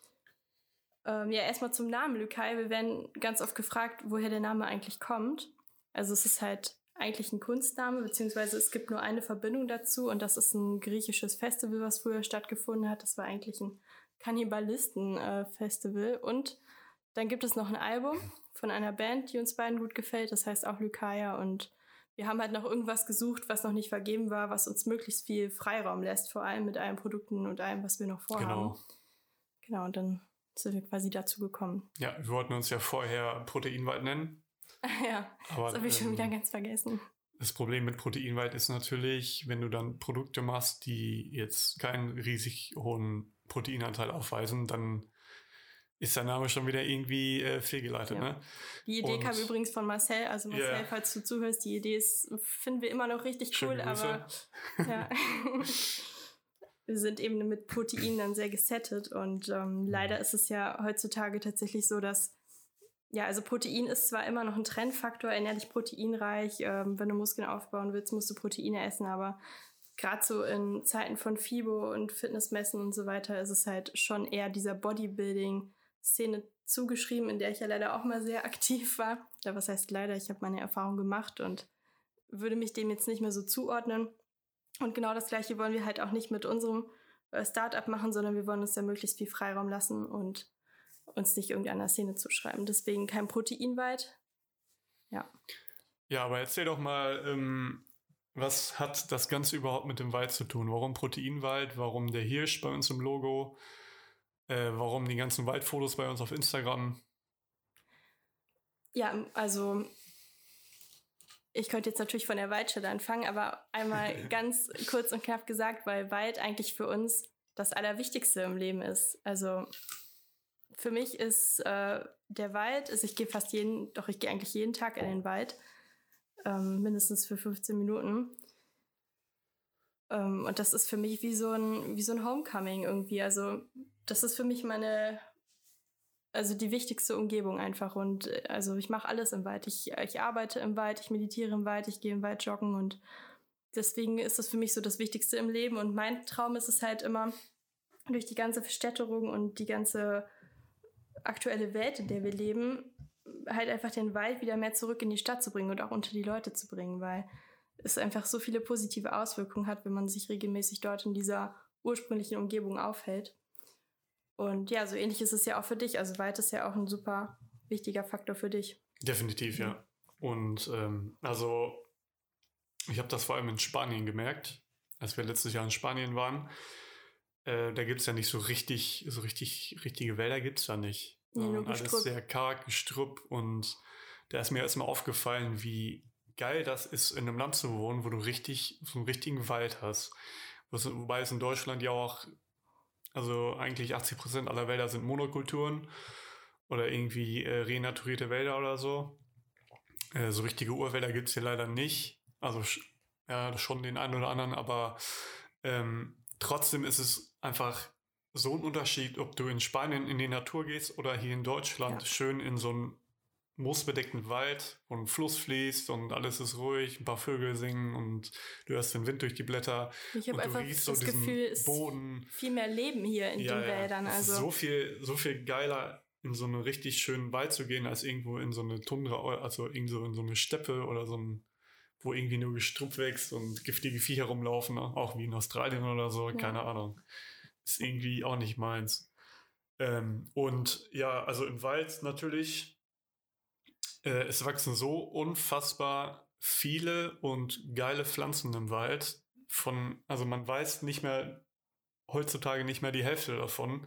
Ähm, ja, erstmal zum Namen Lykaya. Wir werden ganz oft gefragt, woher der Name eigentlich kommt. Also es ist halt eigentlich ein Kunstname, beziehungsweise es gibt nur eine Verbindung dazu, und das ist ein griechisches Festival, was früher stattgefunden hat. Das war eigentlich ein Kannibalisten-Festival. Und dann gibt es noch ein Album von einer Band, die uns beiden gut gefällt. Das heißt auch Lykaya, und wir haben halt noch irgendwas gesucht, was noch nicht vergeben war, was uns möglichst viel Freiraum lässt, vor allem mit allen Produkten und allem, was wir noch vorhaben. Genau. Genau, und dann sind wir quasi dazu gekommen. Ja, wir wollten uns ja vorher Proteinwald nennen. Ja, aber, das habe ich ähm, schon wieder ganz vergessen. Das Problem mit Proteinwald ist natürlich, wenn du dann Produkte machst, die jetzt keinen riesig hohen Proteinanteil aufweisen, dann ist der Name schon wieder irgendwie äh, fehlgeleitet. Ja. Ne? Die Idee und, kam übrigens von Marcel. Also Marcel, yeah. falls du zuhörst, die Idee ist, finden wir immer noch richtig Schöne cool, Grüße. aber ja. Wir sind eben mit Protein dann sehr gesettet, und ähm, leider ist es ja heutzutage tatsächlich so, dass ja, also Protein ist zwar immer noch ein Trendfaktor, ernähr dich proteinreich, ähm, wenn du Muskeln aufbauen willst, musst du Proteine essen, aber gerade so in Zeiten von FIBO und Fitnessmessen und so weiter ist es halt schon eher dieser Bodybuilding-Szene zugeschrieben, in der ich ja leider auch mal sehr aktiv war. Ja, was heißt leider? Ich habe meine Erfahrung gemacht und würde mich dem jetzt nicht mehr so zuordnen. Und genau das Gleiche wollen wir halt auch nicht mit unserem äh, Startup machen, sondern wir wollen uns da möglichst viel Freiraum lassen und uns nicht irgendeiner Szene zuschreiben. Deswegen kein Proteinwald. Ja. Ja, aber erzähl doch mal, ähm, was hat das Ganze überhaupt mit dem Wald zu tun? Warum Proteinwald? Warum der Hirsch bei uns im Logo? Äh, warum die ganzen Waldfotos bei uns auf Instagram? Ja, also ich könnte jetzt natürlich von der Waldstelle anfangen, aber einmal ganz kurz und knapp gesagt, weil Wald eigentlich für uns das Allerwichtigste im Leben ist. Also für mich ist äh, der Wald, also ich gehe fast jeden, doch ich gehe eigentlich jeden Tag in den Wald, ähm, mindestens für fünfzehn Minuten. Ähm, und das ist für mich wie so ein, wie so ein Homecoming irgendwie. Also das ist für mich meine, also die wichtigste Umgebung einfach. Und äh, also ich mache alles im Wald. Ich, ich arbeite im Wald, ich meditiere im Wald, ich gehe im Wald joggen und deswegen ist das für mich so das Wichtigste im Leben. Und mein Traum ist es halt immer, durch die ganze Verstädterung und die ganze aktuelle Welt, in der wir leben, halt einfach den Wald wieder mehr zurück in die Stadt zu bringen und auch unter die Leute zu bringen, weil es einfach so viele positive Auswirkungen hat, wenn man sich regelmäßig dort in dieser ursprünglichen Umgebung aufhält. Und ja, so ähnlich ist es ja auch für dich. Also Wald ist ja auch ein super wichtiger Faktor für dich. Definitiv, ja. Und ähm, also ich habe das vor allem in Spanien gemerkt, als wir letztes Jahr in Spanien waren. Äh, da gibt es ja nicht so richtig, so richtig, richtige Wälder gibt es da nicht. Ja, nur alles Gestrüpp. sehr karg, Gestrüpp. Und da ist mir erstmal aufgefallen, wie geil das ist, in einem Land zu wohnen, wo du richtig, so einen richtigen Wald hast. Wobei es in Deutschland ja auch, also eigentlich achtzig Prozent aller Wälder sind Monokulturen oder irgendwie äh, renaturierte Wälder oder so. Äh, so richtige Urwälder gibt es hier leider nicht. Also ja, schon den einen oder anderen, aber ähm, trotzdem ist es einfach so ein Unterschied, ob du in Spanien in die Natur gehst oder hier in Deutschland Ja. schön in so einen moosbedeckten Wald, wo ein Fluss fließt und alles ist ruhig, ein paar Vögel singen und du hörst den Wind durch die Blätter. Ich habe und du einfach riechst das so diesen Gefühl, es ist Boden. viel mehr Leben hier in Ja, den ja. Wäldern. Es ist Also so viel, so viel geiler, in so einen richtig schönen Wald zu gehen, als irgendwo in so eine Tundra, also irgendwo in so eine Steppe oder so ein, wo irgendwie nur Gestrüpp wächst und giftige Viecher rumlaufen, auch wie in Australien oder so, Ja. keine Ahnung. Ist irgendwie auch nicht meins. Ähm, und ja, also im Wald natürlich, äh, es wachsen so unfassbar viele und geile Pflanzen im Wald. Von, also man weiß nicht mehr, heutzutage nicht mehr die Hälfte davon.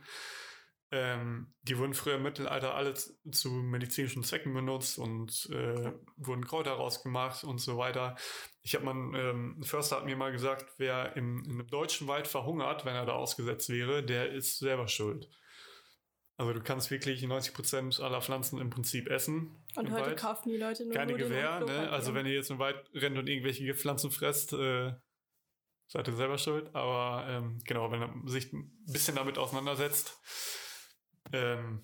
Ähm, die wurden früher im Mittelalter alle zu, zu medizinischen Zwecken benutzt und äh, wurden Kräuter rausgemacht und so weiter. Ich habe mal, ähm, ein Förster hat mir mal gesagt, wer im, in einem deutschen Wald verhungert, wenn er da ausgesetzt wäre, der ist selber schuld. Also du kannst wirklich neunzig Prozent aller Pflanzen im Prinzip essen. Und im heute Wald. kaufen die Leute nur Keine Nudeln Gewehr, und ne? Klopapier. Also wenn ihr jetzt im Wald rennt und irgendwelche Pflanzen fresst, äh, seid ihr selber schuld. Aber ähm, genau, wenn man sich ein bisschen damit auseinandersetzt, ähm,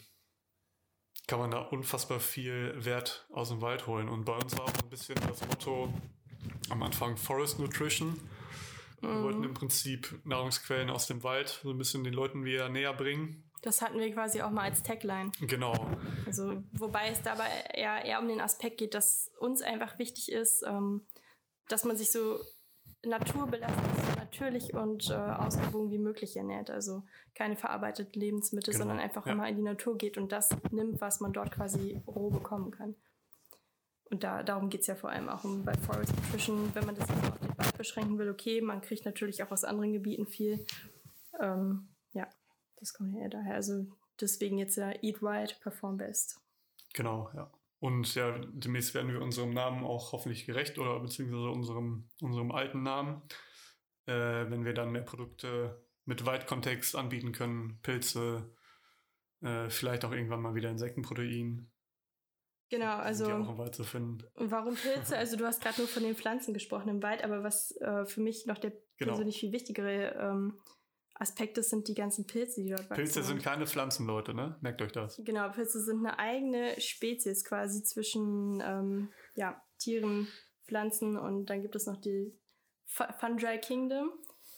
kann man da unfassbar viel Wert aus dem Wald holen. Und bei uns war auch ein bisschen das Motto am Anfang Forest Nutrition. Wir Mhm. wollten im Prinzip Nahrungsquellen aus dem Wald so ein bisschen den Leuten wieder näher bringen. Das hatten wir quasi auch mal als Tagline. Genau. Also, wobei es dabei eher, eher um den Aspekt geht, dass uns einfach wichtig ist, ähm, dass man sich so naturbelastet, so natürlich und äh, ausgewogen wie möglich ernährt. Also keine verarbeiteten Lebensmittel, Genau. sondern einfach Ja. immer in die Natur geht und das nimmt, was man dort quasi roh bekommen kann. Und da, darum geht es ja vor allem auch um bei Forest Nutrition, wenn man das jetzt auf den Wald beschränken will, okay, man kriegt natürlich auch aus anderen Gebieten viel. Ähm, ja, das kommt ja eher daher. Also deswegen jetzt ja Eat Right, Perform Best. Genau, ja. Und ja, demnächst werden wir unserem Namen auch hoffentlich gerecht oder beziehungsweise unserem, unserem alten Namen, äh, wenn wir dann mehr Produkte mit Waldkontext anbieten können, Pilze, äh, vielleicht auch irgendwann mal wieder Insektenprotein. Genau, Die also sind ja auch im Wald zu finden. und warum Pilze? Also du hast gerade nur von den Pflanzen gesprochen im Wald, aber was äh, für mich noch der Genau. persönlich viel wichtigere ähm, Aspekt ist, sind die ganzen Pilze, die dort wachsen. Pilze sind Und keine Pflanzen, Leute, ne? Merkt euch das. genau, Pilze sind eine eigene Spezies quasi zwischen ähm, ja, Tieren, Pflanzen und dann gibt es noch die F- Fungi Kingdom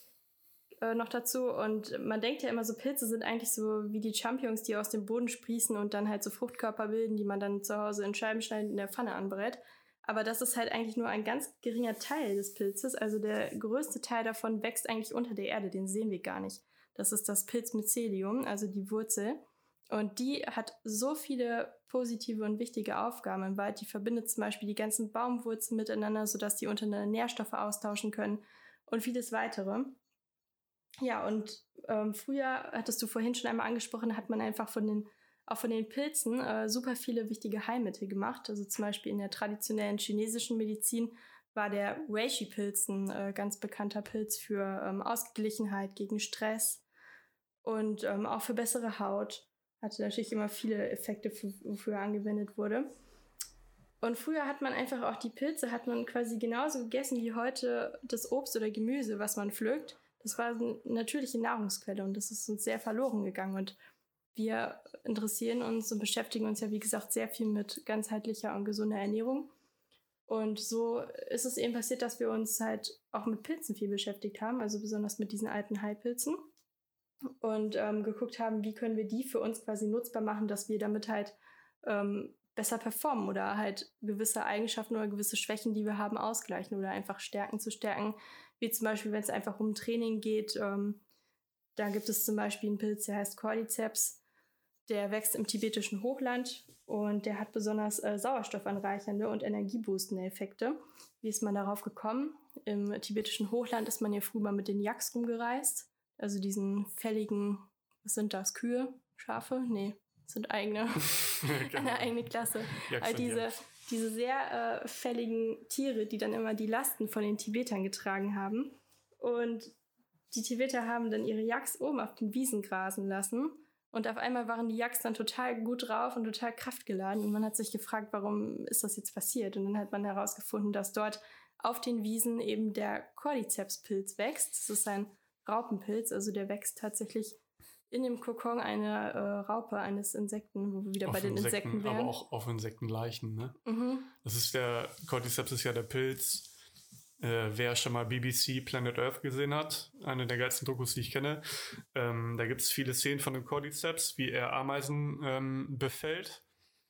äh, noch dazu. Und man denkt ja immer so, Pilze sind eigentlich so wie die Champignons, die aus dem Boden sprießen und dann halt so Fruchtkörper bilden, die man dann zu Hause in Scheiben schneidet in der Pfanne anbrät. Aber das ist halt eigentlich nur ein ganz geringer Teil des Pilzes. Also der größte Teil davon wächst eigentlich unter der Erde, den sehen wir gar nicht. Das ist das Pilzmycelium, also die Wurzel. Und die hat so viele positive und wichtige Aufgaben im Wald. Die verbindet zum Beispiel die ganzen Baumwurzeln miteinander, sodass die untereinander Nährstoffe austauschen können und vieles weitere. Ja, und ähm, früher, hattest du vorhin schon einmal angesprochen, hat man einfach von den, auch von den Pilzen äh, super viele wichtige Heilmittel gemacht. Also zum Beispiel in der traditionellen chinesischen Medizin war der Reishi-Pilz ein äh, ganz bekannter Pilz für ähm, Ausgeglichenheit, gegen Stress. und ähm, auch für bessere Haut. Hatte natürlich immer viele Effekte, wofür er angewendet wurde. Und früher hat man einfach auch die Pilze, hat man quasi genauso gegessen wie heute das Obst oder Gemüse, was man pflückt. Das war eine natürliche Nahrungsquelle und das ist uns sehr verloren gegangen. Und wir interessieren uns und beschäftigen uns ja, wie gesagt, sehr viel mit ganzheitlicher und gesunder Ernährung. Und so ist es eben passiert, dass wir uns halt auch mit Pilzen viel beschäftigt haben, also besonders mit diesen alten Heilpilzen. Und ähm, geguckt haben, wie können wir die für uns quasi nutzbar machen, dass wir damit halt ähm, besser performen oder halt gewisse Eigenschaften oder gewisse Schwächen, die wir haben, ausgleichen oder einfach Stärken zu stärken. Wie zum Beispiel, wenn es einfach um Training geht, ähm, da gibt es zum Beispiel einen Pilz, der heißt Cordyceps. Der wächst im tibetischen Hochland und der hat besonders äh, sauerstoffanreichernde und energieboostende Effekte. Wie ist man darauf gekommen? Im tibetischen Hochland ist man ja früher mal mit den Yaks rumgereist, also diesen fälligen, was sind das, Kühe, Schafe? Nee, das sind eigene, eine eigene Klasse. Also diese, diese sehr äh, fälligen Tiere, die dann immer die Lasten von den Tibetern getragen haben. Und die Tibeter haben dann ihre Yaks oben auf den Wiesen grasen lassen. Und auf einmal waren die Yaks dann total gut drauf und total kraftgeladen. Und man hat sich gefragt, warum ist das jetzt passiert? Und dann hat man herausgefunden, dass dort auf den Wiesen eben der Cordyceps-Pilz wächst. Das ist ein Raupenpilz, also der wächst tatsächlich in dem Kokon einer äh, Raupe, eines Insekten, wo wir wieder auf bei den Insekten, Insekten wären. Aber auch auf Insektenleichen, ne? Mhm. Das ist der, Cordyceps ist ja der Pilz. Äh, wer schon mal B B C Planet Earth gesehen hat, eine der geilsten Dokus, die ich kenne, ähm, da gibt es viele Szenen von dem Cordyceps, wie er Ameisen ähm, befällt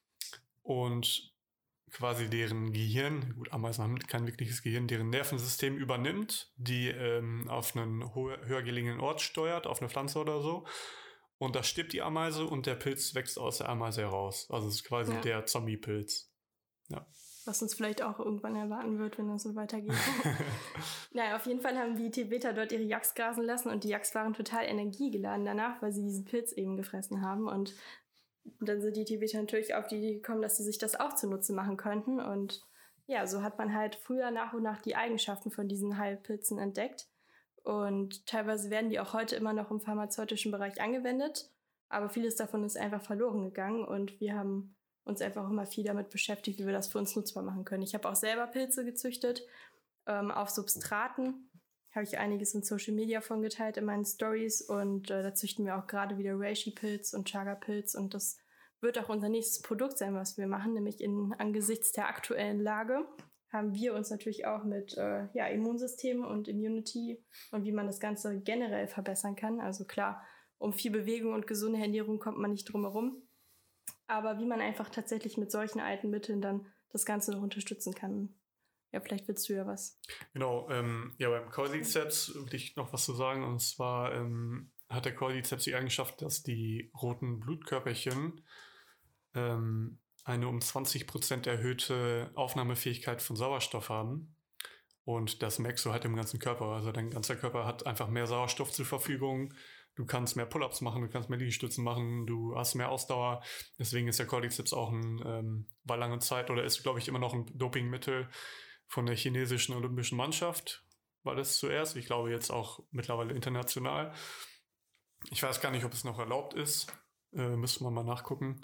und quasi deren Gehirn, gut, Ameisen haben kein wirkliches Gehirn, deren Nervensystem übernimmt, die ähm, auf einen ho- höher gelegenen Ort steuert, auf eine Pflanze oder so. Und da stirbt die Ameise und der Pilz wächst aus der Ameise heraus. Also es ist quasi Ja. der Zombie-Pilz. Ja. Was uns vielleicht auch irgendwann erwarten wird, wenn das so weitergeht. Naja, auf jeden Fall haben die Tibeter dort ihre Yaks grasen lassen und die Yaks waren total energiegeladen danach, weil sie diesen Pilz eben gefressen haben. Und dann sind die Tibeter natürlich auf die Idee gekommen, dass sie sich das auch zunutze machen könnten. Und ja, so hat man halt früher nach und nach die Eigenschaften von diesen Heilpilzen entdeckt. Und teilweise werden die auch heute immer noch im pharmazeutischen Bereich angewendet. Aber vieles davon ist einfach verloren gegangen und wir haben uns einfach immer viel damit beschäftigt, wie wir das für uns nutzbar machen können. Ich habe auch selber Pilze gezüchtet, ähm, auf Substraten. Habe ich einiges in Social Media von geteilt in meinen Stories und äh, da züchten wir auch gerade wieder Reishi-Pilz und Chaga-Pilz und das wird auch unser nächstes Produkt sein, was wir machen, nämlich in, angesichts der aktuellen Lage haben wir uns natürlich auch mit äh, ja, Immunsystem und Immunity und wie man das Ganze generell verbessern kann. Also klar, um viel Bewegung und gesunde Ernährung kommt man nicht drum herum. Aber wie man einfach tatsächlich mit solchen alten Mitteln dann das Ganze noch unterstützen kann. Ja, vielleicht willst du ja was. Genau, ähm, ja, beim Cordyceps will ich noch was zu sagen. Und zwar ähm, hat der Cordyceps die Eigenschaft, dass die roten Blutkörperchen ähm, eine um zwanzig Prozent erhöhte Aufnahmefähigkeit von Sauerstoff haben. Und das merkst du halt im ganzen Körper. Also dein ganzer Körper hat einfach mehr Sauerstoff zur Verfügung. Du kannst mehr Pull-ups machen, du kannst mehr Liegestützen machen, du hast mehr Ausdauer. Deswegen ist der Cordyceps auch ein, ähm, war lange Zeit oder ist, glaube ich, immer noch ein Dopingmittel von der chinesischen olympischen Mannschaft. War das zuerst? Ich glaube jetzt auch mittlerweile international. Ich weiß gar nicht, ob es noch erlaubt ist. Äh, müsste man mal nachgucken.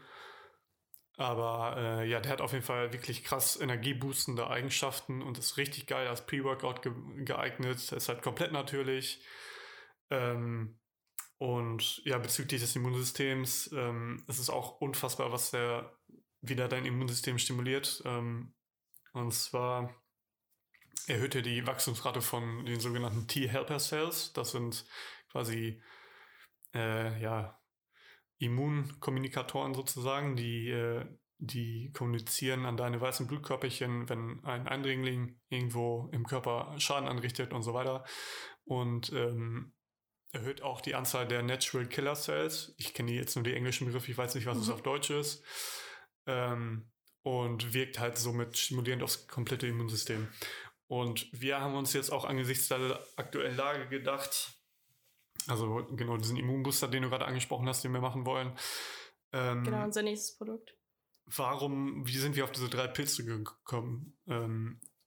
Aber äh, ja, der hat auf jeden Fall wirklich krass energieboostende Eigenschaften und ist richtig geil als Pre-Workout ge- geeignet. Ist halt komplett natürlich. Ähm, Und ja, bezüglich des Immunsystems, ähm, es ist auch unfassbar, was der wieder dein Immunsystem stimuliert. Ähm, und zwar erhöht er die Wachstumsrate von den sogenannten T-Helper-Cells. Das sind quasi äh, ja, Immunkommunikatoren sozusagen, die, äh, die kommunizieren an deine weißen Blutkörperchen, wenn ein Eindringling irgendwo im Körper Schaden anrichtet und so weiter. Und ähm, erhöht auch die Anzahl der Natural Killer Cells. Ich kenne jetzt nur die englischen Begriffe, ich weiß nicht, was mhm. es auf Deutsch ist. Ähm, und wirkt halt somit stimulierend aufs komplette Immunsystem. Und wir haben uns jetzt auch angesichts der aktuellen Lage gedacht, also genau diesen Immunbooster, den du gerade angesprochen hast, den wir machen wollen. Ähm, genau, unser nächstes Produkt. Warum, wie sind wir auf diese drei Pilze gekommen? Ähm,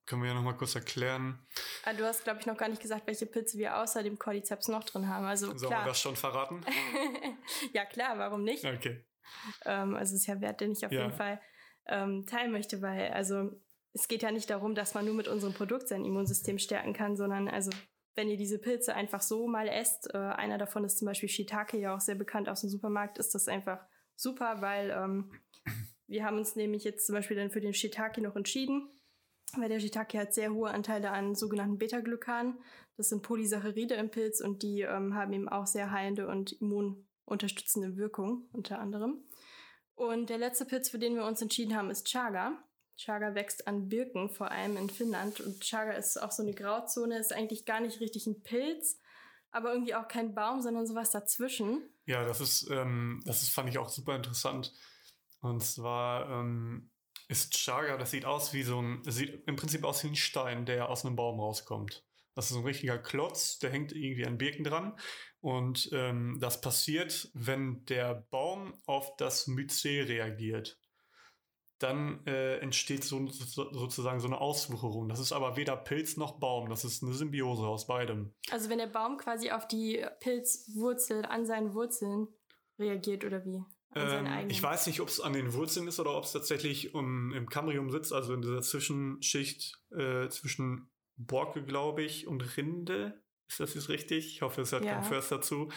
können wir ja nochmal kurz erklären. Ah, du hast, glaube ich, noch gar nicht gesagt, welche Pilze wir außer dem Cordyceps noch drin haben. Also, Sollen klar. wir das schon verraten? Ja, klar, warum nicht? Okay. Ähm, also es ist ja Wert, den ich auf ja. jeden Fall ähm, teilen möchte, weil also es geht ja nicht darum, dass man nur mit unserem Produkt sein Immunsystem stärken kann, sondern also wenn ihr diese Pilze einfach so mal esst, äh, einer davon ist zum Beispiel Shiitake, ja auch sehr bekannt aus dem Supermarkt, ist das einfach super, weil ähm, wir haben uns nämlich jetzt zum Beispiel dann für den Shiitake noch entschieden, weil der Shiitake hat sehr hohe Anteile an sogenannten Beta-Glykanen. Das sind Polysaccharide im Pilz und die ähm, haben eben auch sehr heilende und immununterstützende Wirkung unter anderem. Und der letzte Pilz, für den wir uns entschieden haben, ist Chaga. Chaga wächst an Birken, vor allem in Finnland. Und Chaga ist auch so eine Grauzone, ist eigentlich gar nicht richtig ein Pilz, aber irgendwie auch kein Baum, sondern sowas dazwischen. Ja, das ist, ähm, das ist, fand ich auch super interessant. Und zwar ähm, ist Chaga, das sieht aus wie so ein, sieht im Prinzip aus wie ein Stein, der aus einem Baum rauskommt. Das ist ein richtiger Klotz, der hängt irgendwie an Birken dran. Und ähm, das passiert, wenn der Baum auf das Myzel reagiert. Dann äh, entsteht so, so, sozusagen so eine Auswucherung. Das ist aber weder Pilz noch Baum. Das ist eine Symbiose aus beidem. Also wenn der Baum quasi auf die Pilzwurzel, an seinen Wurzeln reagiert oder wie? Ähm, ich weiß nicht, ob es an den Wurzeln ist oder ob es tatsächlich um, im Cambrium sitzt, also in dieser Zwischenschicht äh, zwischen Borke, glaube ich, und Rinde. Ist das jetzt richtig? Ich hoffe, es hat ja. kein First dazu.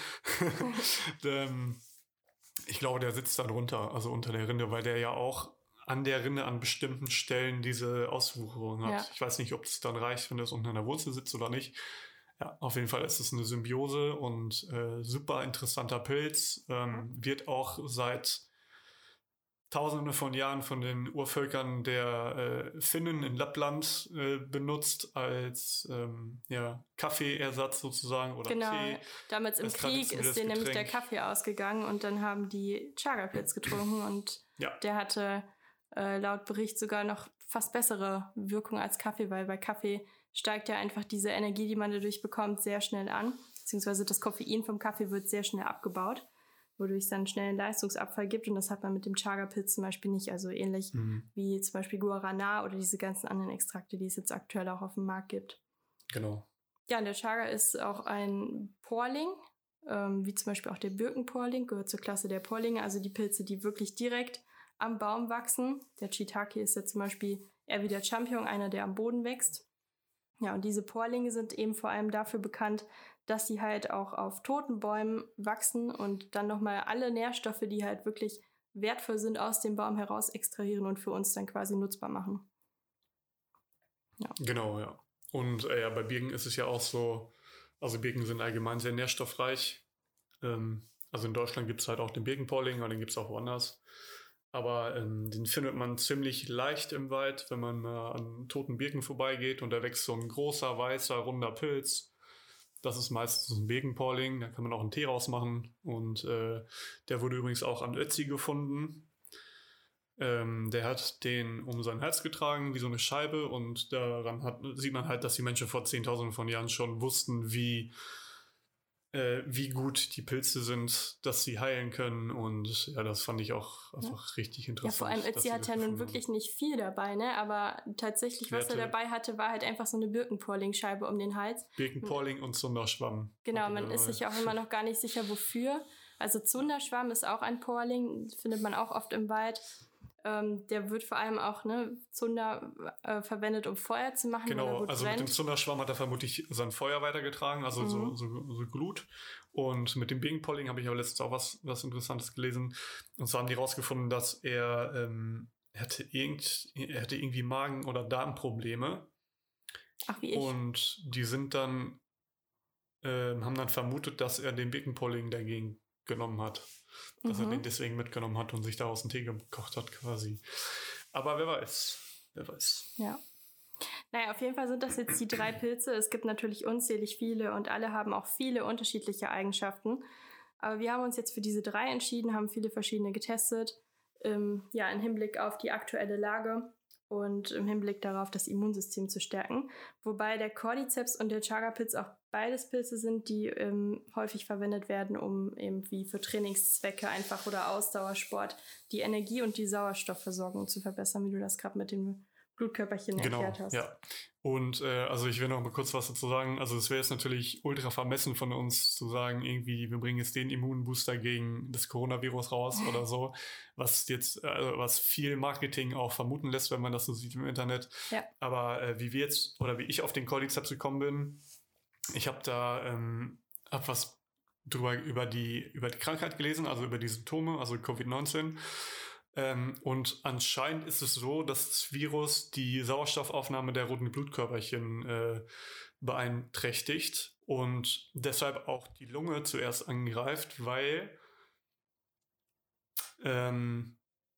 ähm, ich glaube, der sitzt da drunter, also unter der Rinde, weil der ja auch an der Rinde an bestimmten Stellen diese Auswucherung hat. Ja. Ich weiß nicht, ob es dann reicht, wenn das unten an der Wurzel sitzt oder nicht. Ja, auf jeden Fall ist es eine Symbiose und äh, super interessanter Pilz. Ähm, wird auch seit Tausende von Jahren von den Urvölkern der äh, Finnen in Lappland äh, benutzt als ähm, ja, Kaffeeersatz sozusagen oder genau. Tee. Damals im Krieg ist denen nämlich der Kaffee ausgegangen und dann haben die Chaga-Pilz getrunken und ja. der hatte äh, laut Bericht sogar noch fast bessere Wirkung als Kaffee, weil bei Kaffee steigt ja einfach diese Energie, die man dadurch bekommt, sehr schnell an, beziehungsweise das Koffein vom Kaffee wird sehr schnell abgebaut, wodurch es dann schnell einen Leistungsabfall gibt und das hat man mit dem Chaga-Pilz zum Beispiel nicht, also ähnlich mhm. wie zum Beispiel Guarana oder diese ganzen anderen Extrakte, die es jetzt aktuell auch auf dem Markt gibt. Genau. Ja, und der Chaga ist auch ein Porling, ähm, wie zum Beispiel auch der Birkenporling, gehört zur Klasse der Porlinge, also die Pilze, die wirklich direkt am Baum wachsen. Der Shiitake ist ja zum Beispiel eher wie der Champignon, einer, der am Boden wächst. Ja, und diese Porlinge sind eben vor allem dafür bekannt, dass sie halt auch auf toten Bäumen wachsen und dann nochmal alle Nährstoffe, die halt wirklich wertvoll sind, aus dem Baum heraus extrahieren und für uns dann quasi nutzbar machen. Ja. Genau, ja. Und äh, ja, bei Birken ist es ja auch so, also Birken sind allgemein sehr nährstoffreich. Ähm, also in Deutschland gibt es halt auch den Birkenporling, aber den gibt es auch woanders. Aber ähm, den findet man ziemlich leicht im Wald, wenn man äh, an toten Birken vorbeigeht und da wächst so ein großer, weißer, runder Pilz. Das ist meistens ein Birkenporling, da kann man auch einen Tee rausmachen. Und äh, der wurde übrigens auch an Ötzi gefunden. Ähm, der hat den um seinen Hals getragen, wie so eine Scheibe. Und daran hat, sieht man halt, dass die Menschen vor Zehntausenden von Jahren schon wussten, wie Äh, wie gut die Pilze sind, dass sie heilen können und ja, das fand ich auch einfach ja. richtig interessant. Ja, vor allem Ötzi hat ja nun wirklich nicht viel dabei, ne, aber tatsächlich, was Werte. er dabei hatte, war halt einfach so eine Birkenporling-Scheibe um den Hals. Birkenporling und Zunderschwamm. Genau, man ist sich auch immer noch gar nicht sicher, wofür. Also Zunderschwamm ist auch ein Porling, findet man auch oft im Wald. Ähm, der wird vor allem auch, ne, Zunder äh, verwendet, um Feuer zu machen. Genau, also brennt. Mit dem Zunderschwamm hat er vermutlich sein Feuer weitergetragen, also mhm. so, so, so Glut. Und mit dem Birkenporling habe ich aber letztens auch was, was Interessantes gelesen. Und zwar haben die rausgefunden, dass er, ähm, er, hatte irgend, er hatte irgendwie Magen- oder Darmprobleme. Ach, wie ich. Und die sind dann, äh, haben dann vermutet, dass er den Birkenporling dagegen genommen hat. Dass mhm. er den deswegen mitgenommen hat und sich daraus einen Tee gekocht hat quasi. Aber wer weiß. Wer weiß. Ja. Naja, auf jeden Fall sind das jetzt die drei Pilze. Es gibt natürlich unzählig viele und alle haben auch viele unterschiedliche Eigenschaften. Aber wir haben uns jetzt für diese drei entschieden, haben viele verschiedene getestet. Ähm, ja, im Hinblick auf die aktuelle Lage und im Hinblick darauf, das Immunsystem zu stärken. Wobei der Cordyceps und der Chaga-Pilz auch beides Pilze sind, die ähm, häufig verwendet werden, um eben wie für Trainingszwecke einfach oder Ausdauersport die Energie- und die Sauerstoffversorgung zu verbessern, wie du das gerade mit dem Blutkörperchen genau, erklärt hast. Ja. Und äh, also ich will noch mal kurz was dazu sagen. Also es wäre jetzt natürlich ultra vermessen von uns zu sagen, irgendwie, wir bringen jetzt den Immunbooster gegen das Coronavirus raus oder so, was jetzt, äh, was viel Marketing auch vermuten lässt, wenn man das so sieht im Internet. Ja. Aber äh, wie wir jetzt, oder wie ich auf den Cordyceps gekommen bin, ich habe da ähm, hab was drüber über die, über die Krankheit gelesen, also über die Symptome, also Covid neunzehn. Ähm, und anscheinend ist es so, dass das Virus die Sauerstoffaufnahme der roten Blutkörperchen äh, beeinträchtigt und deshalb auch die Lunge zuerst angreift, weil ähm,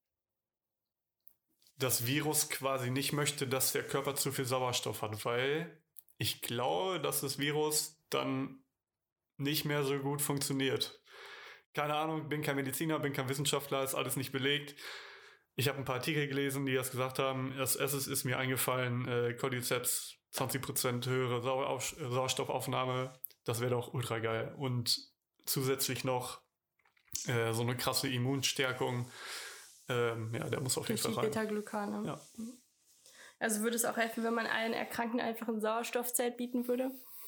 das Virus quasi nicht möchte, dass der Körper zu viel Sauerstoff hat, weil ich glaube, dass das Virus dann nicht mehr so gut funktioniert. Keine Ahnung, bin kein Mediziner, bin kein Wissenschaftler, ist alles nicht belegt. Ich habe ein paar Artikel gelesen, die das gesagt haben. Als erstes ist mir eingefallen, äh, Cordyceps, zwanzig Prozent höhere Sau- Sauerstoffaufnahme, das wäre doch ultra geil. Und zusätzlich noch äh, so eine krasse Immunstärkung. Ähm, ja, der muss auf jeden Fall rein. Beta-Glucane. Ja. Also würde es auch helfen, wenn man allen Erkrankten einfach ein Sauerstoffzelt bieten würde?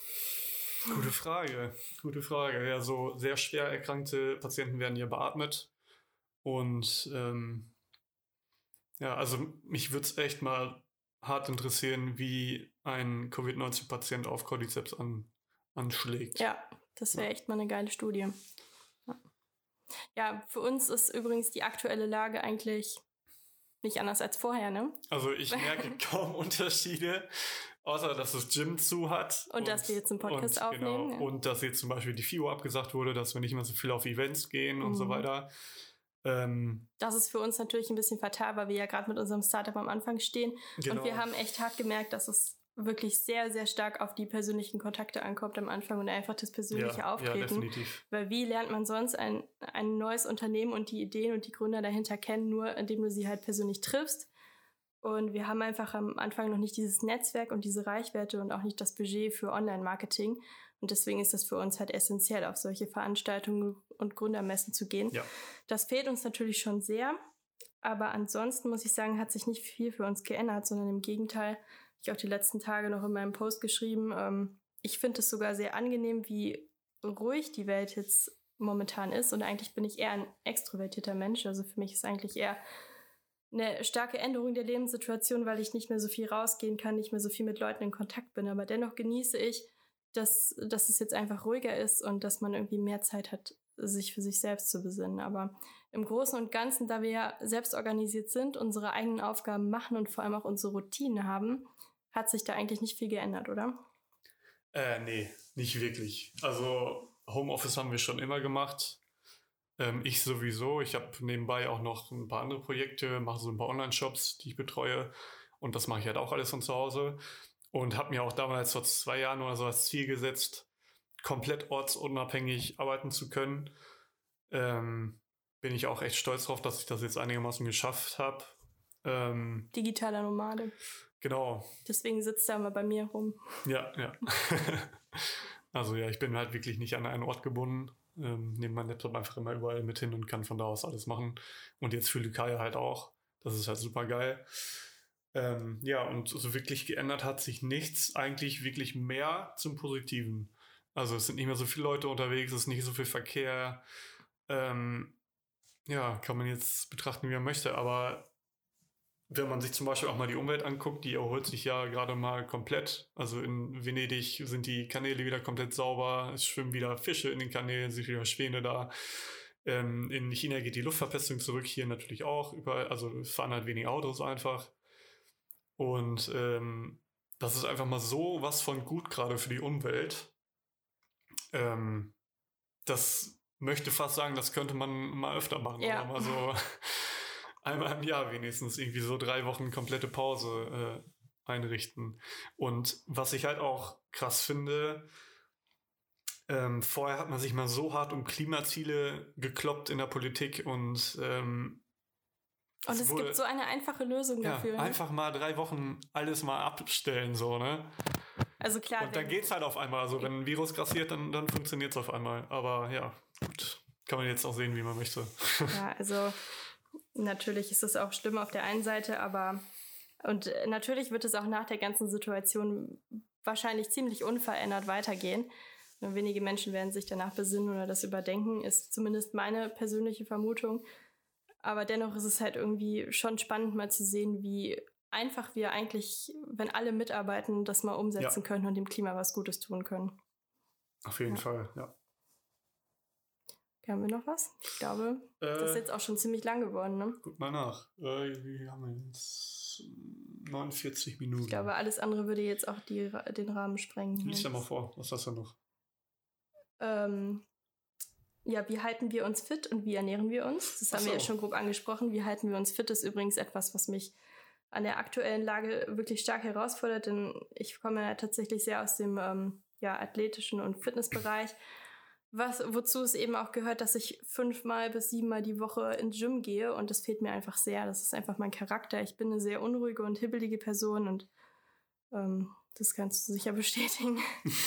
Gute Frage, gute Frage. Ja, so sehr schwer erkrankte Patienten werden hier beatmet. Und ähm, ja, also mich würde es echt mal hart interessieren, wie ein Covid neunzehn-Patient auf Cordyceps an, anschlägt. Ja, das wäre ja. echt mal eine geile Studie. Ja. ja, für uns ist übrigens die aktuelle Lage eigentlich nicht anders als vorher, ne? Also ich merke kaum Unterschiede. Außer, dass das Gym zu hat. Und, und dass wir jetzt einen Podcast und, aufnehmen. Genau, ja. Und dass jetzt zum Beispiel die F I O abgesagt wurde, dass wir nicht mehr so viel auf Events gehen mhm. und so weiter. Ähm, das ist für uns natürlich ein bisschen fatal, weil wir ja gerade mit unserem Startup am Anfang stehen. Genau. Und wir haben echt hart gemerkt, dass es wirklich sehr, sehr stark auf die persönlichen Kontakte ankommt am Anfang und einfach das persönliche ja, Auftreten. Ja, definitiv. Weil wie lernt man sonst ein, ein neues Unternehmen und die Ideen und die Gründer dahinter kennen, nur indem du sie halt persönlich triffst. Und wir haben einfach am Anfang noch nicht dieses Netzwerk und diese Reichweite und auch nicht das Budget für Online-Marketing. Und deswegen ist das für uns halt essentiell, auf solche Veranstaltungen und Gründermessen zu gehen. Ja. Das fehlt uns natürlich schon sehr. Aber ansonsten muss ich sagen, hat sich nicht viel für uns geändert, sondern im Gegenteil, habe ich auch die letzten Tage noch in meinem Post geschrieben, ähm, ich finde es sogar sehr angenehm, wie ruhig die Welt jetzt momentan ist. Und eigentlich bin ich eher ein extrovertierter Mensch. Also für mich ist eigentlich eher eine starke Änderung der Lebenssituation, weil ich nicht mehr so viel rausgehen kann, nicht mehr so viel mit Leuten in Kontakt bin. Aber dennoch genieße ich, dass, dass es jetzt einfach ruhiger ist und dass man irgendwie mehr Zeit hat, sich für sich selbst zu besinnen. Aber im Großen und Ganzen, da wir ja selbst organisiert sind, unsere eigenen Aufgaben machen und vor allem auch unsere Routinen haben, hat sich da eigentlich nicht viel geändert, oder? Äh, nee, nicht wirklich. Also Homeoffice haben wir schon immer gemacht. Ähm, ich sowieso. Ich habe nebenbei auch noch ein paar andere Projekte, mache so ein paar Online-Shops, die ich betreue. Und das mache ich halt auch alles von zu Hause. Und habe mir auch damals vor zwei Jahren oder so als Ziel gesetzt, komplett ortsunabhängig arbeiten zu können. Ähm, bin ich auch echt stolz drauf, dass ich das jetzt einigermaßen geschafft habe. Ähm, Digitaler Nomade. Genau. Deswegen sitzt er immer bei mir rum. Ja, ja. Also ja, ich bin halt wirklich nicht an einen Ort gebunden. Ähm, nehme meinen Laptop einfach immer überall mit hin und kann von da aus alles machen. Und jetzt für Lycaia halt auch. Das ist halt super geil. Ähm, ja, und so wirklich geändert hat sich nichts. Eigentlich wirklich mehr zum Positiven. Also es sind nicht mehr so viele Leute unterwegs, es ist nicht so viel Verkehr. Ähm, ja, kann man jetzt betrachten, wie man möchte. Aber wenn man sich zum Beispiel auch mal die Umwelt anguckt, die erholt sich ja gerade mal komplett. Also in Venedig sind die Kanäle wieder komplett sauber, es schwimmen wieder Fische in den Kanälen, sind wieder Schwäne da. Ähm, in China geht die Luftverpestung zurück, hier natürlich auch. Überall, also es fahren halt weniger Autos einfach. Und ähm, das ist einfach mal so was von gut gerade für die Umwelt. Ähm, das möchte fast sagen, das könnte man mal öfter machen. Ja. Oder mal so einmal im Jahr wenigstens irgendwie so drei Wochen komplette Pause äh, einrichten. Und was ich halt auch krass finde, ähm, vorher hat man sich mal so hart um Klimaziele gekloppt in der Politik und ähm, und es, es wurde, gibt so eine einfache Lösung ja, dafür. Einfach mal drei Wochen alles mal abstellen, so, ne? Also klar. Und dann geht's halt auf einmal. Also wenn ein Virus grassiert, dann, dann funktioniert es auf einmal. Aber ja, gut. Kann man jetzt auch sehen, wie man möchte. Ja, also natürlich ist es auch schlimm auf der einen Seite, aber Und natürlich wird es auch nach der ganzen Situation wahrscheinlich ziemlich unverändert weitergehen. Nur wenige Menschen werden sich danach besinnen oder das überdenken, ist zumindest meine persönliche Vermutung. Aber dennoch ist es halt irgendwie schon spannend, mal zu sehen, wie einfach wir eigentlich, wenn alle mitarbeiten, das mal umsetzen ja. können und dem Klima was Gutes tun können. Auf jeden ja. Fall, ja. Haben wir noch was? Ich glaube, äh, das ist jetzt auch schon ziemlich lang geworden, ne? Guck mal nach. Äh, wie haben wir jetzt? neunundvierzig Minuten. Ich glaube, alles andere würde jetzt auch die, den Rahmen sprengen. Lies ja mal vor, was hast du noch? Ähm, ja, wie halten wir uns fit und wie ernähren wir uns? Das haben so. wir ja schon grob angesprochen. Wie halten wir uns fit ist übrigens etwas, was mich an der aktuellen Lage wirklich stark herausfordert, denn ich komme ja tatsächlich sehr aus dem ähm, ja, athletischen und Fitnessbereich, was, wozu es eben auch gehört, dass ich fünfmal bis siebenmal die Woche ins Gym gehe und das fehlt mir einfach sehr. Das ist einfach mein Charakter. Ich bin eine sehr unruhige und hibbelige Person und ähm, das kannst du sicher bestätigen.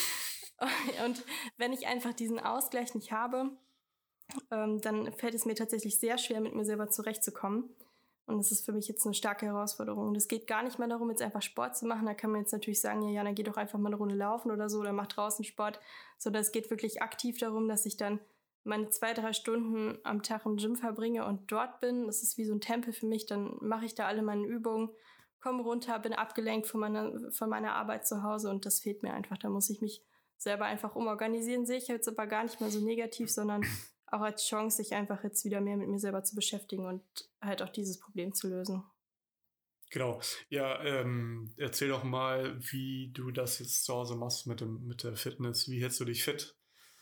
Und wenn ich einfach diesen Ausgleich nicht habe, ähm, dann fällt es mir tatsächlich sehr schwer, mit mir selber zurechtzukommen. Und das ist für mich jetzt eine starke Herausforderung. Und es geht gar nicht mehr darum, jetzt einfach Sport zu machen. Da kann man jetzt natürlich sagen, ja, ja, dann geh doch einfach mal eine Runde laufen oder so oder mach draußen Sport. Sondern es geht wirklich aktiv darum, dass ich dann meine zwei, drei Stunden am Tag im Gym verbringe und dort bin. Das ist wie so ein Tempel für mich. Dann mache ich da alle meine Übungen, komme runter, bin abgelenkt von meiner, von meiner Arbeit zu Hause und das fehlt mir einfach. Da muss ich mich selber einfach umorganisieren. Sehe ich jetzt aber gar nicht mehr so negativ, sondern auch als Chance, sich einfach jetzt wieder mehr mit mir selber zu beschäftigen und halt auch dieses Problem zu lösen. Genau. Ja, ähm, erzähl doch mal, wie du das jetzt zu Hause machst mit dem, mit der Fitness. Wie hältst du dich fit?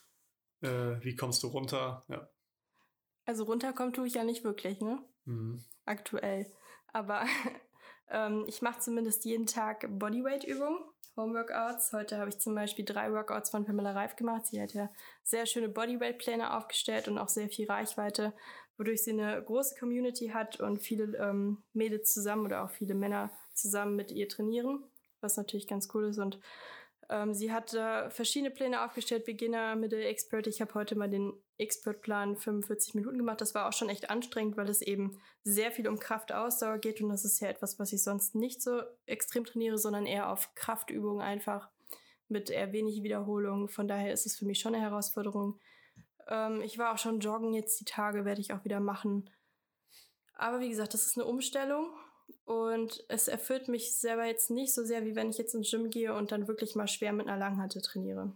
Äh, wie kommst du runter? Ja. Also runterkommen tue ich ja nicht wirklich, ne? Mhm. Aktuell. Aber ähm, ich mache zumindest jeden Tag Bodyweight-Übungen. Homeworkouts. Heute habe ich zum Beispiel drei Workouts von Pamela Reif gemacht. Sie hat ja sehr schöne Bodyweight-Pläne aufgestellt und auch sehr viel Reichweite, wodurch sie eine große Community hat und viele ähm, Mädels zusammen oder auch viele Männer zusammen mit ihr trainieren, was natürlich ganz cool ist. Und ähm, sie hat äh, verschiedene Pläne aufgestellt, Beginner, Middle, Expert. Ich habe heute mal den Expert-Plan fünfundvierzig Minuten gemacht. Das war auch schon echt anstrengend, weil es eben sehr viel um Kraftausdauer geht und das ist ja etwas, was ich sonst nicht so extrem trainiere, sondern eher auf Kraftübungen einfach mit eher wenig Wiederholung. Von daher ist es für mich schon eine Herausforderung. Ähm, ich war auch schon joggen jetzt die Tage, werde ich auch wieder machen. Aber wie gesagt, das ist eine Umstellung und es erfüllt mich selber jetzt nicht so sehr, wie wenn ich jetzt ins Gym gehe und dann wirklich mal schwer mit einer Langhantel trainiere.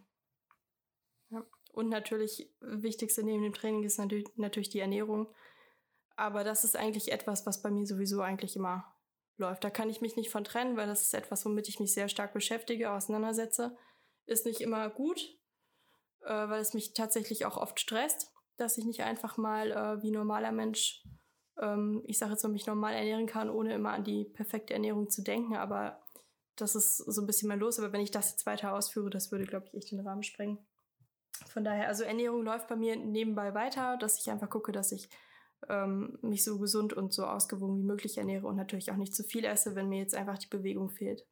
Ja. Und natürlich, das Wichtigste neben dem Training ist natürlich, natürlich die Ernährung. Aber das ist eigentlich etwas, was bei mir sowieso eigentlich immer läuft. Da kann ich mich nicht von trennen, weil das ist etwas, womit ich mich sehr stark beschäftige, auseinandersetze. Ist nicht immer gut, äh, weil es mich tatsächlich auch oft stresst, dass ich nicht einfach mal äh, wie normaler Mensch, ähm, ich sage jetzt mal, mich normal ernähren kann, ohne immer an die perfekte Ernährung zu denken. Aber das ist so ein bisschen mal los. Aber wenn ich das jetzt weiter ausführe, das würde, glaube ich, echt den Rahmen sprengen. Von daher, also Ernährung läuft bei mir nebenbei weiter, dass ich einfach gucke, dass ich ähm, mich so gesund und so ausgewogen wie möglich ernähre und natürlich auch nicht zu viel esse, wenn mir jetzt einfach die Bewegung fehlt.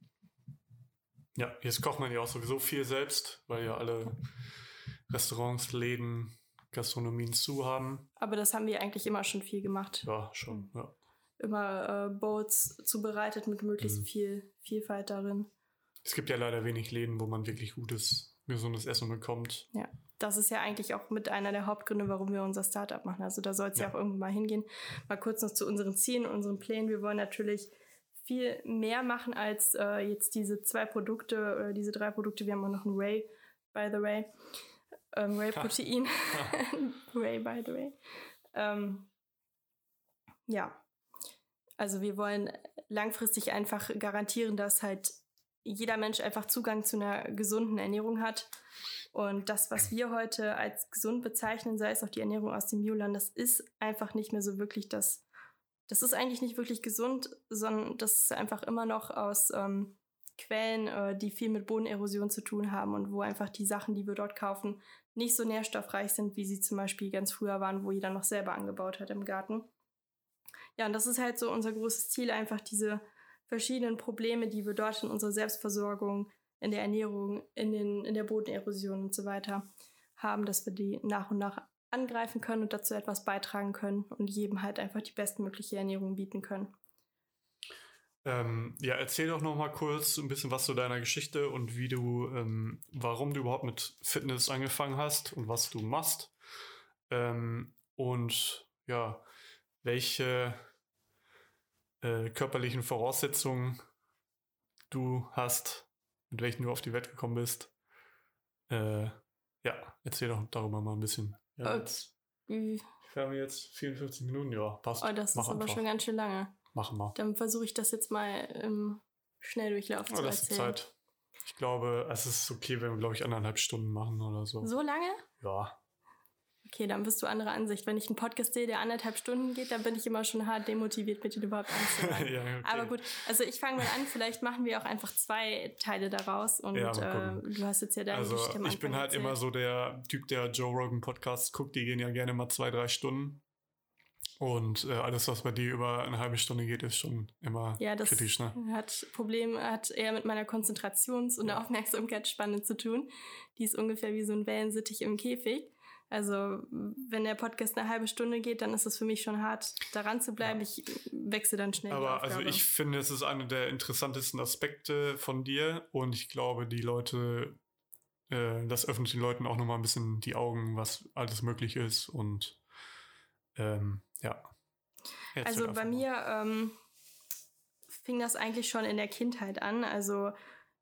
Ja, jetzt kocht man ja auch sowieso viel selbst, weil ja alle Restaurants, Läden, Gastronomien zu haben. Aber das haben wir eigentlich immer schon viel gemacht. Ja, schon, ja. Immer äh, Bowls zubereitet mit möglichst mhm. viel Vielfalt darin. Es gibt ja leider wenig Läden, wo man wirklich gutes, gesundes Essen bekommt. Ja, das ist ja eigentlich auch mit einer der Hauptgründe, warum wir unser Startup machen. Also da soll es ja. ja auch irgendwann mal hingehen. Mal kurz noch zu unseren Zielen, unseren Plänen. Wir wollen natürlich viel mehr machen als äh, jetzt diese zwei Produkte oder diese drei Produkte. Wir haben auch noch ein Whey, by the way. Ähm, Whey-Protein. Whey, by the way. Ähm, ja, also wir wollen langfristig einfach garantieren, dass halt jeder Mensch einfach Zugang zu einer gesunden Ernährung hat. Und das, was wir heute als gesund bezeichnen, sei es auch die Ernährung aus dem Bioland, das ist einfach nicht mehr so wirklich das, das ist eigentlich nicht wirklich gesund, sondern das ist einfach immer noch aus ähm, Quellen, äh, die viel mit Bodenerosion zu tun haben und wo einfach die Sachen, die wir dort kaufen, nicht so nährstoffreich sind, wie sie zum Beispiel ganz früher waren, wo jeder noch selber angebaut hat im Garten. Ja, und das ist halt so unser großes Ziel, einfach diese verschiedenen Probleme, die wir dort in unserer Selbstversorgung, in der Ernährung, in, den, in der Bodenerosion und so weiter haben, dass wir die nach und nach angreifen können und dazu etwas beitragen können und jedem halt einfach die bestmögliche Ernährung bieten können. Ähm, ja, erzähl doch noch mal kurz ein bisschen was zu deiner Geschichte und wie du, ähm, warum du überhaupt mit Fitness angefangen hast und was du machst. Ähm, und ja, welche äh, körperlichen Voraussetzungen du hast, mit welchen du auf die Welt gekommen bist. Äh, ja, erzähl doch darüber mal ein bisschen. Ja, jetzt, Okay. wir haben jetzt vierundfünfzig Minuten, ja, passt. Oh, das Mach ist aber einfach. schon ganz schön lange. Machen wir. Dann versuche ich das jetzt mal im Schnelldurchlauf Oh, zu das ist erzählen. Zeit. Ich glaube, es ist okay, wenn wir, glaube ich, anderthalb Stunden machen oder so. So lange? Ja. Okay, dann bist du anderer Ansicht. Wenn ich einen Podcast sehe, der anderthalb Stunden geht, dann bin ich immer schon hart demotiviert, mit dir überhaupt anzuhören. Ja, okay. Aber gut, also ich fange mal an, vielleicht machen wir auch einfach zwei Teile daraus und Ja, äh, du hast jetzt ja deine also Geschichte am ich bin Anfang halt erzählt. immer so der Typ, der Joe Rogan Podcasts guckt, die gehen ja gerne mal zwei, drei Stunden. Und äh, alles, was bei dir über eine halbe Stunde geht, ist schon immer ja, das kritisch, ne? hat Problem, hat eher mit meiner Konzentrations- und Ja. Aufmerksamkeitsspanne zu tun. Die ist ungefähr wie so ein Wellensittich im Käfig. Also wenn der Podcast eine halbe Stunde geht, dann ist es für mich schon hart, daran zu bleiben. Ja. Ich wechsle dann schnell Aber die Aufgabe. also ich finde, es ist einer der interessantesten Aspekte von dir und ich glaube, die Leute, äh, das öffnet den Leuten auch nochmal ein bisschen die Augen, was alles möglich ist und ähm, ja. Jetzt also bei mir ähm, fing das eigentlich schon in der Kindheit an. Also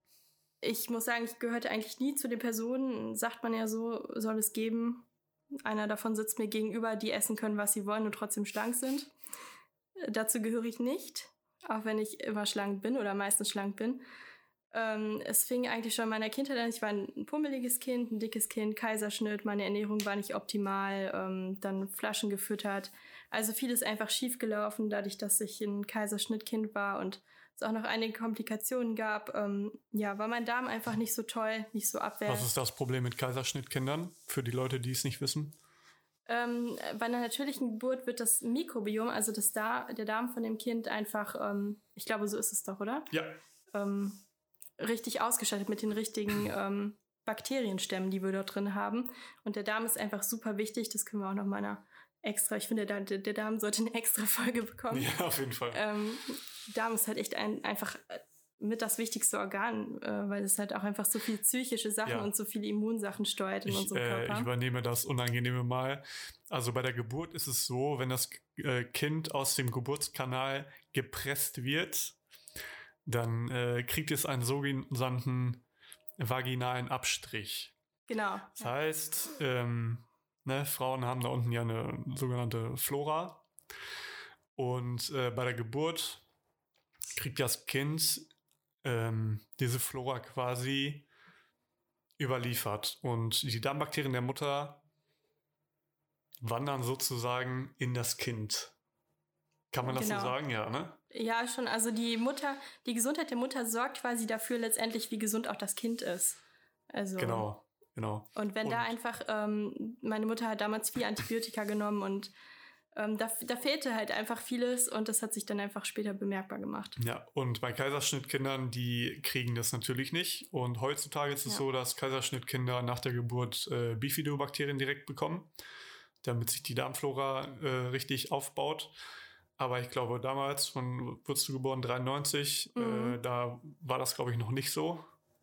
ich muss sagen, ich gehörte eigentlich nie zu den Personen, sagt man ja so, soll es geben. Einer davon sitzt mir gegenüber, die essen können, was sie wollen und trotzdem schlank sind. Dazu gehöre ich nicht, auch wenn ich immer schlank bin oder meistens schlank bin. Ähm, es fing eigentlich schon in meiner Kindheit an. Ich war ein pummeliges Kind, ein dickes Kind, Kaiserschnitt, meine Ernährung war nicht optimal, ähm, dann Flaschen gefüttert. Also vieles einfach schief gelaufen, dadurch, dass ich ein Kaiserschnittkind war und es auch noch einige Komplikationen gab. Ähm, ja, war mein Darm einfach nicht so toll, nicht so abwehr. Was ist das Problem mit Kaiserschnittkindern, für die Leute, die es nicht wissen? Ähm, bei einer natürlichen Geburt wird das Mikrobiom, also das Dar- der Darm von dem Kind einfach, ähm, ich glaube, so ist es doch, oder? Ja. Ähm, richtig ausgestattet mit den richtigen ähm, Bakterienstämmen, die wir dort drin haben. Und der Darm ist einfach super wichtig. Das können wir auch noch mal einer extra, ich finde, der, der Darm sollte eine extra Folge bekommen. Ja, auf jeden Fall. Ähm, Darm ist halt echt ein, einfach mit das wichtigste Organ, äh, weil es halt auch einfach so viel psychische Sachen Ja. und so viele Immunsachen steuert in ich, unserem äh, Körper. Ich übernehme das Unangenehme mal. Also bei der Geburt ist es so, wenn das äh, Kind aus dem Geburtskanal gepresst wird, dann äh, kriegt es einen sogenannten vaginalen Abstrich. Genau. Das heißt, ähm, ne, Frauen haben da unten ja eine sogenannte Flora. Und äh, bei der Geburt kriegt das Kind ähm, diese Flora quasi überliefert. Und die Darmbakterien der Mutter wandern sozusagen in das Kind. Kann man das Genau. so sagen? Ja, ne? Ja, schon. Also die Mutter, die Gesundheit der Mutter sorgt quasi dafür letztendlich, wie gesund auch das Kind ist. Also Genau, genau. Und wenn und da einfach, ähm, meine Mutter hat damals viel Antibiotika genommen und ähm, da, da fehlte halt einfach vieles und das hat sich dann einfach später bemerkbar gemacht. Ja, und bei Kaiserschnittkindern, die kriegen das natürlich nicht. Und heutzutage ist es Ja. so, dass Kaiserschnittkinder nach der Geburt äh, Bifidobakterien direkt bekommen, damit sich die Darmflora äh, richtig aufbaut. Aber ich glaube, damals, wann wurdest du geboren? dreiundneunzig, Mhm. äh, da war das, glaube ich, noch nicht so.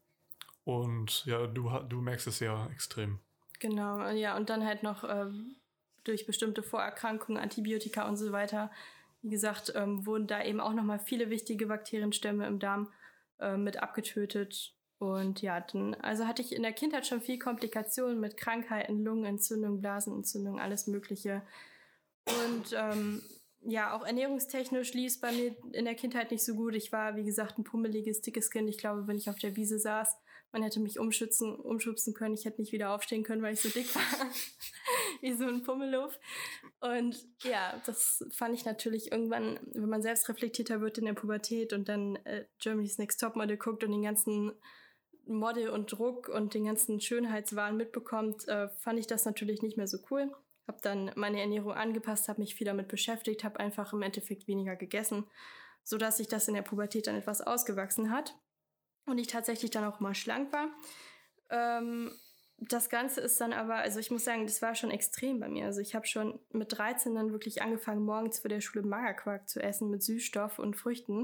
Und ja, du, du merkst es ja extrem. Genau, ja, und dann halt noch ähm, durch bestimmte Vorerkrankungen, Antibiotika und so weiter, wie gesagt, ähm, wurden da eben auch nochmal viele wichtige Bakterienstämme im Darm äh, mit abgetötet. Und ja, dann, also hatte ich in der Kindheit schon viel Komplikationen mit Krankheiten, Lungenentzündung, Blasenentzündung, alles Mögliche. Und ähm, ja, auch ernährungstechnisch lief es bei mir in der Kindheit nicht so gut. Ich war, wie gesagt, ein pummeliges, dickes Kind. Ich glaube, wenn ich auf der Wiese saß, man hätte mich umschützen, umschubsen können. Ich hätte nicht wieder aufstehen können, weil ich so dick war. Wie so ein Pummeluff. Und ja, das fand ich natürlich irgendwann, wenn man selbst reflektierter wird in der Pubertät und dann äh, Germany's Next Topmodel guckt und den ganzen Model und Druck und den ganzen Schönheitswahn mitbekommt, äh, fand ich das natürlich nicht mehr so cool. Habe dann meine Ernährung angepasst, habe mich viel damit beschäftigt, habe einfach im Endeffekt weniger gegessen, sodass sich das in der Pubertät dann etwas ausgewachsen hat und ich tatsächlich dann auch mal schlank war. Ähm, das Ganze ist dann aber, also ich muss sagen, das war schon extrem bei mir. Also ich habe schon mit dreizehn dann wirklich angefangen, morgens vor der Schule Magerquark zu essen mit Süßstoff und Früchten.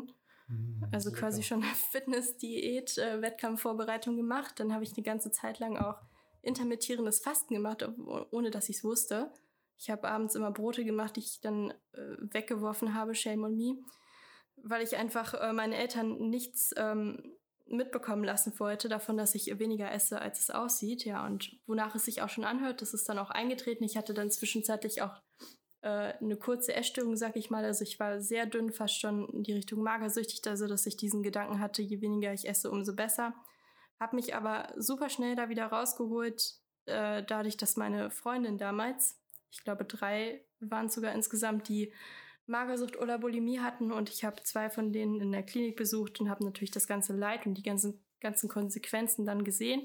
Also lecker. quasi schon Fitness, Diät, äh, Wettkampfvorbereitung gemacht. Dann habe ich eine ganze Zeit lang auch intermittierendes Fasten gemacht, ohne dass ich es wusste. Ich habe abends immer Brote gemacht, die ich dann äh, weggeworfen habe, shame on me, weil ich einfach äh, meinen Eltern nichts ähm, mitbekommen lassen wollte davon, dass ich weniger esse, als es aussieht. Ja, und wonach es sich auch schon anhört, das ist dann auch eingetreten. Ich hatte dann zwischenzeitlich auch äh, eine kurze Essstörung, sag ich mal. Also ich war sehr dünn, fast schon in die Richtung magersüchtig, also dass ich diesen Gedanken hatte, je weniger ich esse, umso besser. Habe mich aber super schnell da wieder rausgeholt, äh, dadurch, dass meine Freundin damals, ich glaube drei waren es sogar insgesamt, die Magersucht oder Bulimie hatten, und ich habe zwei von denen in der Klinik besucht und habe natürlich das ganze Leid und die ganzen, ganzen Konsequenzen dann gesehen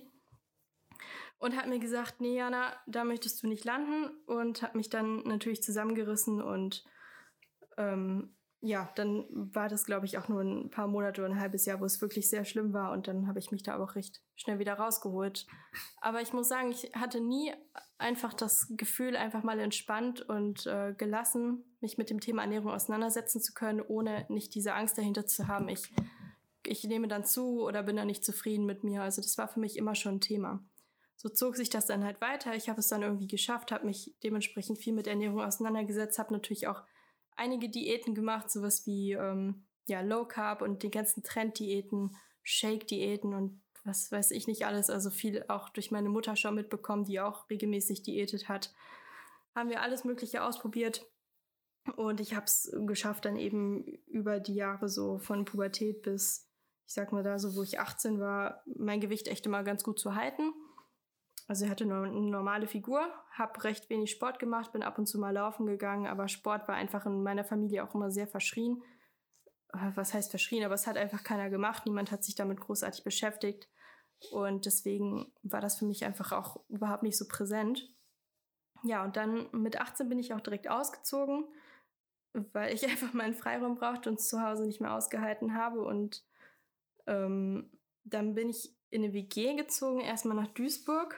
und habe mir gesagt, nee Jana, da möchtest du nicht landen, und habe mich dann natürlich zusammengerissen und ähm, ja, dann war das, glaube ich, auch nur ein paar Monate oder ein halbes Jahr, wo es wirklich sehr schlimm war, und dann habe ich mich da aber auch recht schnell wieder rausgeholt. Aber ich muss sagen, ich hatte nie einfach das Gefühl, einfach mal entspannt und äh, gelassen, mich mit dem Thema Ernährung auseinandersetzen zu können, ohne nicht diese Angst dahinter zu haben, ich, ich nehme dann zu oder bin dann nicht zufrieden mit mir. Also das war für mich immer schon ein Thema. So zog sich das dann halt weiter. Ich habe es dann irgendwie geschafft, habe mich dementsprechend viel mit Ernährung auseinandergesetzt, habe natürlich auch einige Diäten gemacht, sowas wie ähm, ja, Low Carb und die ganzen Trenddiäten, Shake-Diäten und was weiß ich nicht alles. Also viel auch durch meine Mutter schon mitbekommen, die auch regelmäßig diätet hat. Haben wir alles Mögliche ausprobiert, und ich habe es geschafft, dann eben über die Jahre so von Pubertät bis, ich sag mal da so, wo ich achtzehn war, mein Gewicht echt immer ganz gut zu halten. Also ich hatte nur eine normale Figur, habe recht wenig Sport gemacht, bin ab und zu mal laufen gegangen, aber Sport war einfach in meiner Familie auch immer sehr verschrien. Was heißt verschrien? Aber es hat einfach keiner gemacht, niemand hat sich damit großartig beschäftigt, und deswegen war das für mich einfach auch überhaupt nicht so präsent. Ja, und dann mit achtzehn bin ich auch direkt ausgezogen, weil ich einfach meinen Freiraum brauchte und es zu Hause nicht mehr ausgehalten habe, und ähm, dann bin ich in eine W G gezogen, erstmal nach Duisburg.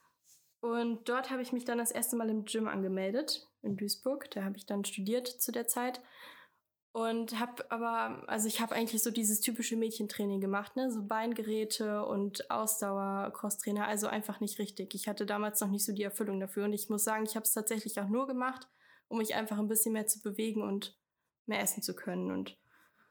Und dort habe ich mich dann das erste Mal im Gym angemeldet, in Duisburg. Da habe ich dann studiert zu der Zeit. Und habe aber, also ich habe eigentlich so dieses typische Mädchentraining gemacht, ne? So Beingeräte und Ausdauer, Crosstrainer, also einfach nicht richtig. Ich hatte damals noch nicht so die Erfüllung dafür. Und ich muss sagen, ich habe es tatsächlich auch nur gemacht, um mich einfach ein bisschen mehr zu bewegen und mehr essen zu können. Und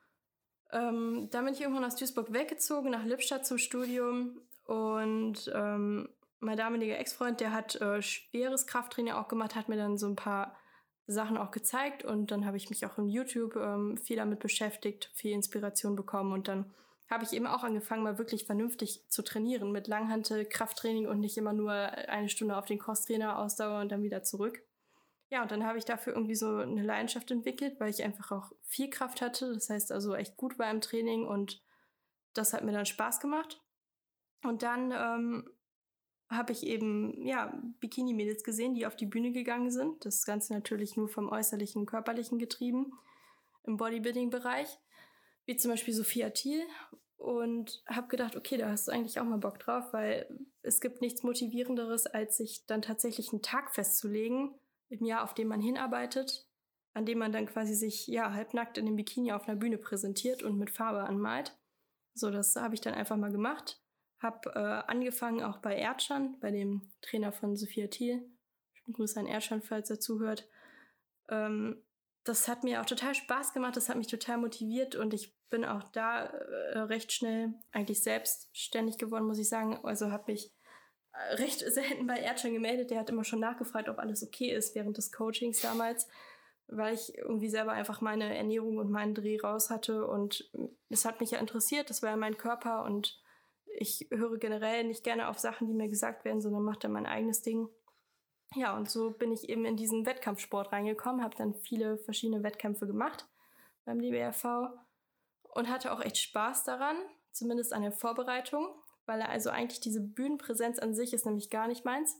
ähm, dann bin ich irgendwann aus Duisburg weggezogen, nach Lippstadt zum Studium. Und ähm, mein damaliger Ex-Freund, der hat äh, schweres Krafttraining auch gemacht, hat mir dann so ein paar Sachen auch gezeigt, und dann habe ich mich auch in YouTube ähm, viel damit beschäftigt, viel Inspiration bekommen, und dann habe ich eben auch angefangen, mal wirklich vernünftig zu trainieren mit Langhantel, Krafttraining und nicht immer nur eine Stunde auf den Crosstrainer, Ausdauer und dann wieder zurück. Ja, und dann habe ich dafür irgendwie so eine Leidenschaft entwickelt, weil ich einfach auch viel Kraft hatte, das heißt also echt gut war im Training, und das hat mir dann Spaß gemacht. Und dann ähm, habe ich eben, ja, Bikini-Mädels gesehen, die auf die Bühne gegangen sind. Das Ganze natürlich nur vom äußerlichen, körperlichen getrieben, im Bodybuilding-Bereich, wie zum Beispiel Sophia Thiel. Und habe gedacht, okay, da hast du eigentlich auch mal Bock drauf, weil es gibt nichts Motivierenderes, als sich dann tatsächlich einen Tag festzulegen im Jahr, auf den man hinarbeitet, an dem man dann quasi sich, ja, halbnackt in dem Bikini auf einer Bühne präsentiert und mit Farbe anmalt. So, das habe ich dann einfach mal gemacht. Habe äh, angefangen auch bei Erdschan, bei dem Trainer von Sophia Thiel. Schönen Gruß an Erdschan, falls er zuhört. Ähm, das hat mir auch total Spaß gemacht, das hat mich total motiviert, und ich bin auch da äh, recht schnell eigentlich selbstständig geworden, muss ich sagen. Also habe mich äh, recht selten bei Erdschan gemeldet. Der hat immer schon nachgefragt, ob alles okay ist während des Coachings damals, weil ich irgendwie selber einfach meine Ernährung und meinen Dreh raus hatte, und es hat mich ja interessiert, das war ja mein Körper, und ich höre generell nicht gerne auf Sachen, die mir gesagt werden, sondern mache dann mein eigenes Ding. Ja, und so bin ich eben in diesen Wettkampfsport reingekommen, habe dann viele verschiedene Wettkämpfe gemacht beim D B R V und hatte auch echt Spaß daran, zumindest an der Vorbereitung, weil also eigentlich diese Bühnenpräsenz an sich ist nämlich gar nicht meins.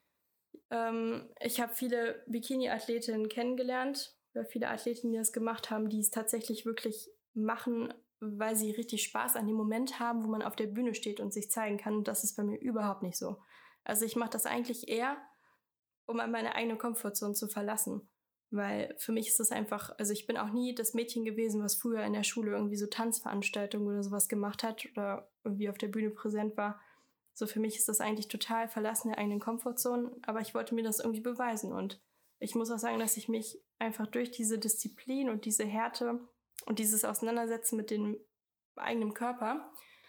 Ähm, ich habe viele Bikini-Athletinnen kennengelernt, oder viele Athletinnen, die das gemacht haben, die es tatsächlich wirklich machen, weil sie richtig Spaß an dem Moment haben, wo man auf der Bühne steht und sich zeigen kann. Und das ist bei mir überhaupt nicht so. Also ich mache das eigentlich eher, um an meine eigene Komfortzone zu verlassen. Weil für mich ist es einfach, also ich bin auch nie das Mädchen gewesen, was früher in der Schule irgendwie so Tanzveranstaltungen oder sowas gemacht hat oder irgendwie auf der Bühne präsent war. So für mich ist das eigentlich total verlassen der eigenen Komfortzone, aber ich wollte mir das irgendwie beweisen. Und ich muss auch sagen, dass ich mich einfach durch diese Disziplin und diese Härte und dieses Auseinandersetzen mit dem eigenen Körper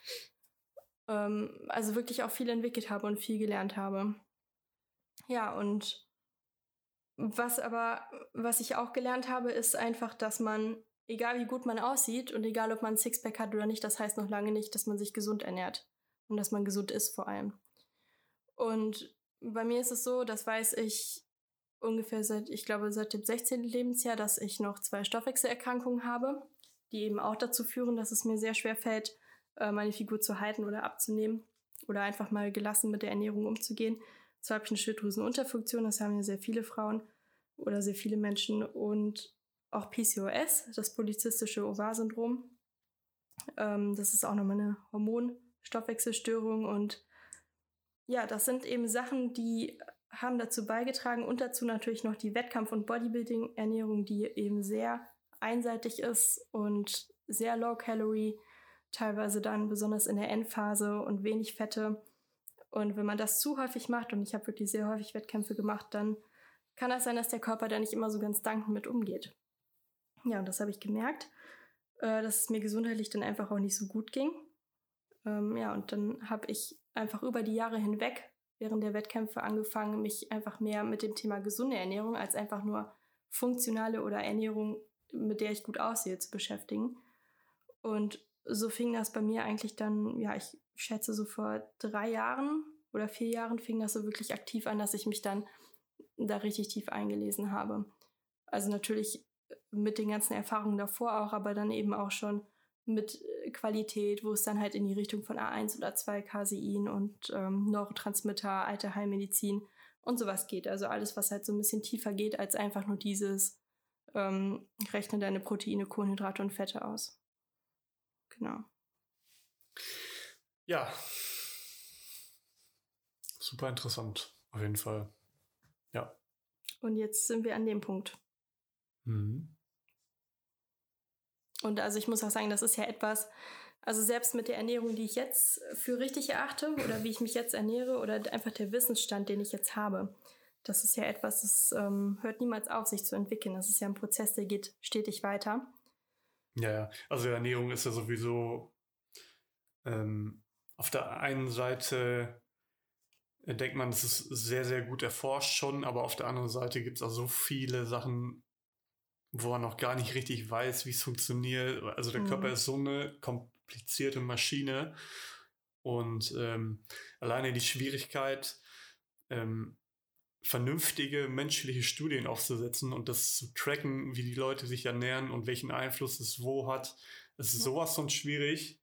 ähm, also wirklich auch viel entwickelt habe und viel gelernt habe. Ja, und was aber, was ich auch gelernt habe, ist einfach, dass man, egal wie gut man aussieht und egal ob man ein Sixpack hat oder nicht, das heißt noch lange nicht, dass man sich gesund ernährt und dass man gesund ist vor allem. Und bei mir ist es so, das weiß ich ungefähr seit, ich glaube, seit dem sechzehnten Lebensjahr, dass ich noch zwei Stoffwechselerkrankungen habe, die eben auch dazu führen, dass es mir sehr schwer fällt, meine Figur zu halten oder abzunehmen oder einfach mal gelassen mit der Ernährung umzugehen. Zwar habe ich eine Schilddrüsenunterfunktion, das haben ja sehr viele Frauen oder sehr viele Menschen, und auch P C O S, das polyzystische Ovar-Syndrom. Ähm, das ist auch nochmal eine Hormonstoffwechselstörung, und ja, das sind eben Sachen, die haben dazu beigetragen, und dazu natürlich noch die Wettkampf- und Bodybuilding-Ernährung, die eben sehr einseitig ist und sehr low-calorie, teilweise dann besonders in der Endphase und wenig Fette. Und wenn man das zu häufig macht, und ich habe wirklich sehr häufig Wettkämpfe gemacht, dann kann das sein, dass der Körper da nicht immer so ganz dankend mit umgeht. Ja, und das habe ich gemerkt, äh, dass es mir gesundheitlich dann einfach auch nicht so gut ging. Ähm, ja, und dann habe ich einfach über die Jahre hinweg während der Wettkämpfe angefangen, mich einfach mehr mit dem Thema gesunde Ernährung als einfach nur funktionale oder Ernährung, mit der ich gut aussehe, zu beschäftigen. Und so fing das bei mir eigentlich dann, ja, ich schätze so vor drei Jahren oder vier Jahren fing das so wirklich aktiv an, dass ich mich dann da richtig tief eingelesen habe. Also natürlich mit den ganzen Erfahrungen davor auch, aber dann eben auch schon mit Qualität, wo es dann halt in die Richtung von A eins oder zwei Casein und ähm, Neurotransmitter, alte Heilmedizin und sowas geht. Also alles, was halt so ein bisschen tiefer geht, als einfach nur dieses ähm, rechne deine Proteine, Kohlenhydrate und Fette aus. Genau. Ja. Super interessant, auf jeden Fall. Ja. Und jetzt sind wir an dem Punkt. Mhm. Und also ich muss auch sagen, das ist ja etwas, also selbst mit der Ernährung, die ich jetzt für richtig erachte oder wie ich mich jetzt ernähre oder einfach der Wissensstand, den ich jetzt habe, das ist ja etwas, das ähm, hört niemals auf, sich zu entwickeln. Das ist ja ein Prozess, der geht stetig weiter. Ja, ja. Also Ernährung ist ja sowieso ähm, auf der einen Seite äh, denkt man, das ist sehr, sehr gut erforscht schon, aber auf der anderen Seite gibt es auch so viele Sachen, wo man noch gar nicht richtig weiß, wie es funktioniert. Also der mhm. Körper ist so eine komplizierte Maschine, und ähm, alleine die Schwierigkeit, ähm, vernünftige menschliche Studien aufzusetzen und das zu tracken, wie die Leute sich ernähren und welchen Einfluss es wo hat, das ist sowas von schwierig.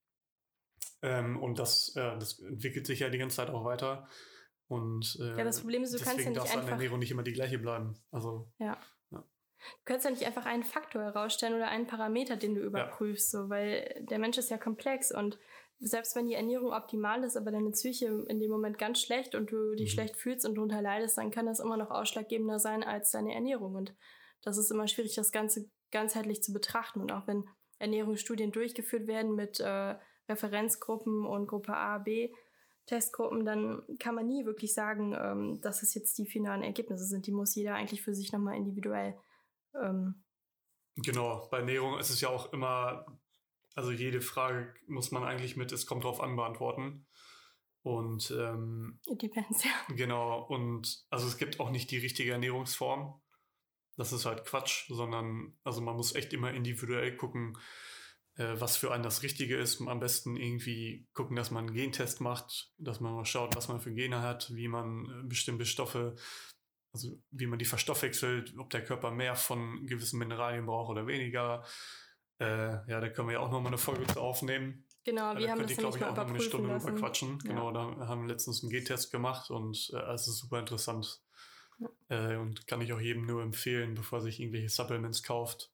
Ähm, und das, äh, das entwickelt sich ja die ganze Zeit auch weiter. Und äh, ja, das Problem ist, du kannst ja nicht einfach... an der Ernährung nicht immer die gleiche bleiben. Also, ja. ja. Du kannst ja nicht einfach einen Faktor herausstellen oder einen Parameter, den du überprüfst, ja. so, weil der Mensch ist ja komplex, und selbst wenn die Ernährung optimal ist, aber deine Psyche in dem Moment ganz schlecht und du dich mhm. schlecht fühlst und darunter leidest, dann kann das immer noch ausschlaggebender sein als deine Ernährung. Und das ist immer schwierig, das Ganze ganzheitlich zu betrachten. Und auch wenn Ernährungsstudien durchgeführt werden mit äh, Referenzgruppen und Gruppe A, B, Testgruppen, dann kann man nie wirklich sagen, ähm, dass es jetzt die finalen Ergebnisse sind. Die muss jeder eigentlich für sich nochmal individuell ähm, Genau, bei Ernährung ist es ja auch immer, also jede Frage muss man eigentlich mit es kommt drauf an beantworten. Und ähm, It depends, ja. Genau, und also es gibt auch nicht die richtige Ernährungsform. Das ist halt Quatsch, sondern also man muss echt immer individuell gucken, äh, was für einen das Richtige ist. Am besten irgendwie gucken, dass man einen Gentest macht, dass man mal schaut, was man für Gene hat, wie man äh, bestimmte Stoffe, also wie man die verstoffwechselt, ob der Körper mehr von gewissen Mineralien braucht oder weniger. Äh, ja, da können wir ja auch nochmal eine Folge zu aufnehmen. Genau, wir da haben das ich, glaube ich, auch noch eine Stunde lassen. drüber quatschen. Ja. Genau, da haben wir letztens einen G-Test gemacht, und äh, es ist super interessant. Ja. Äh, und kann ich auch jedem nur empfehlen, bevor er sich irgendwelche Supplements kauft,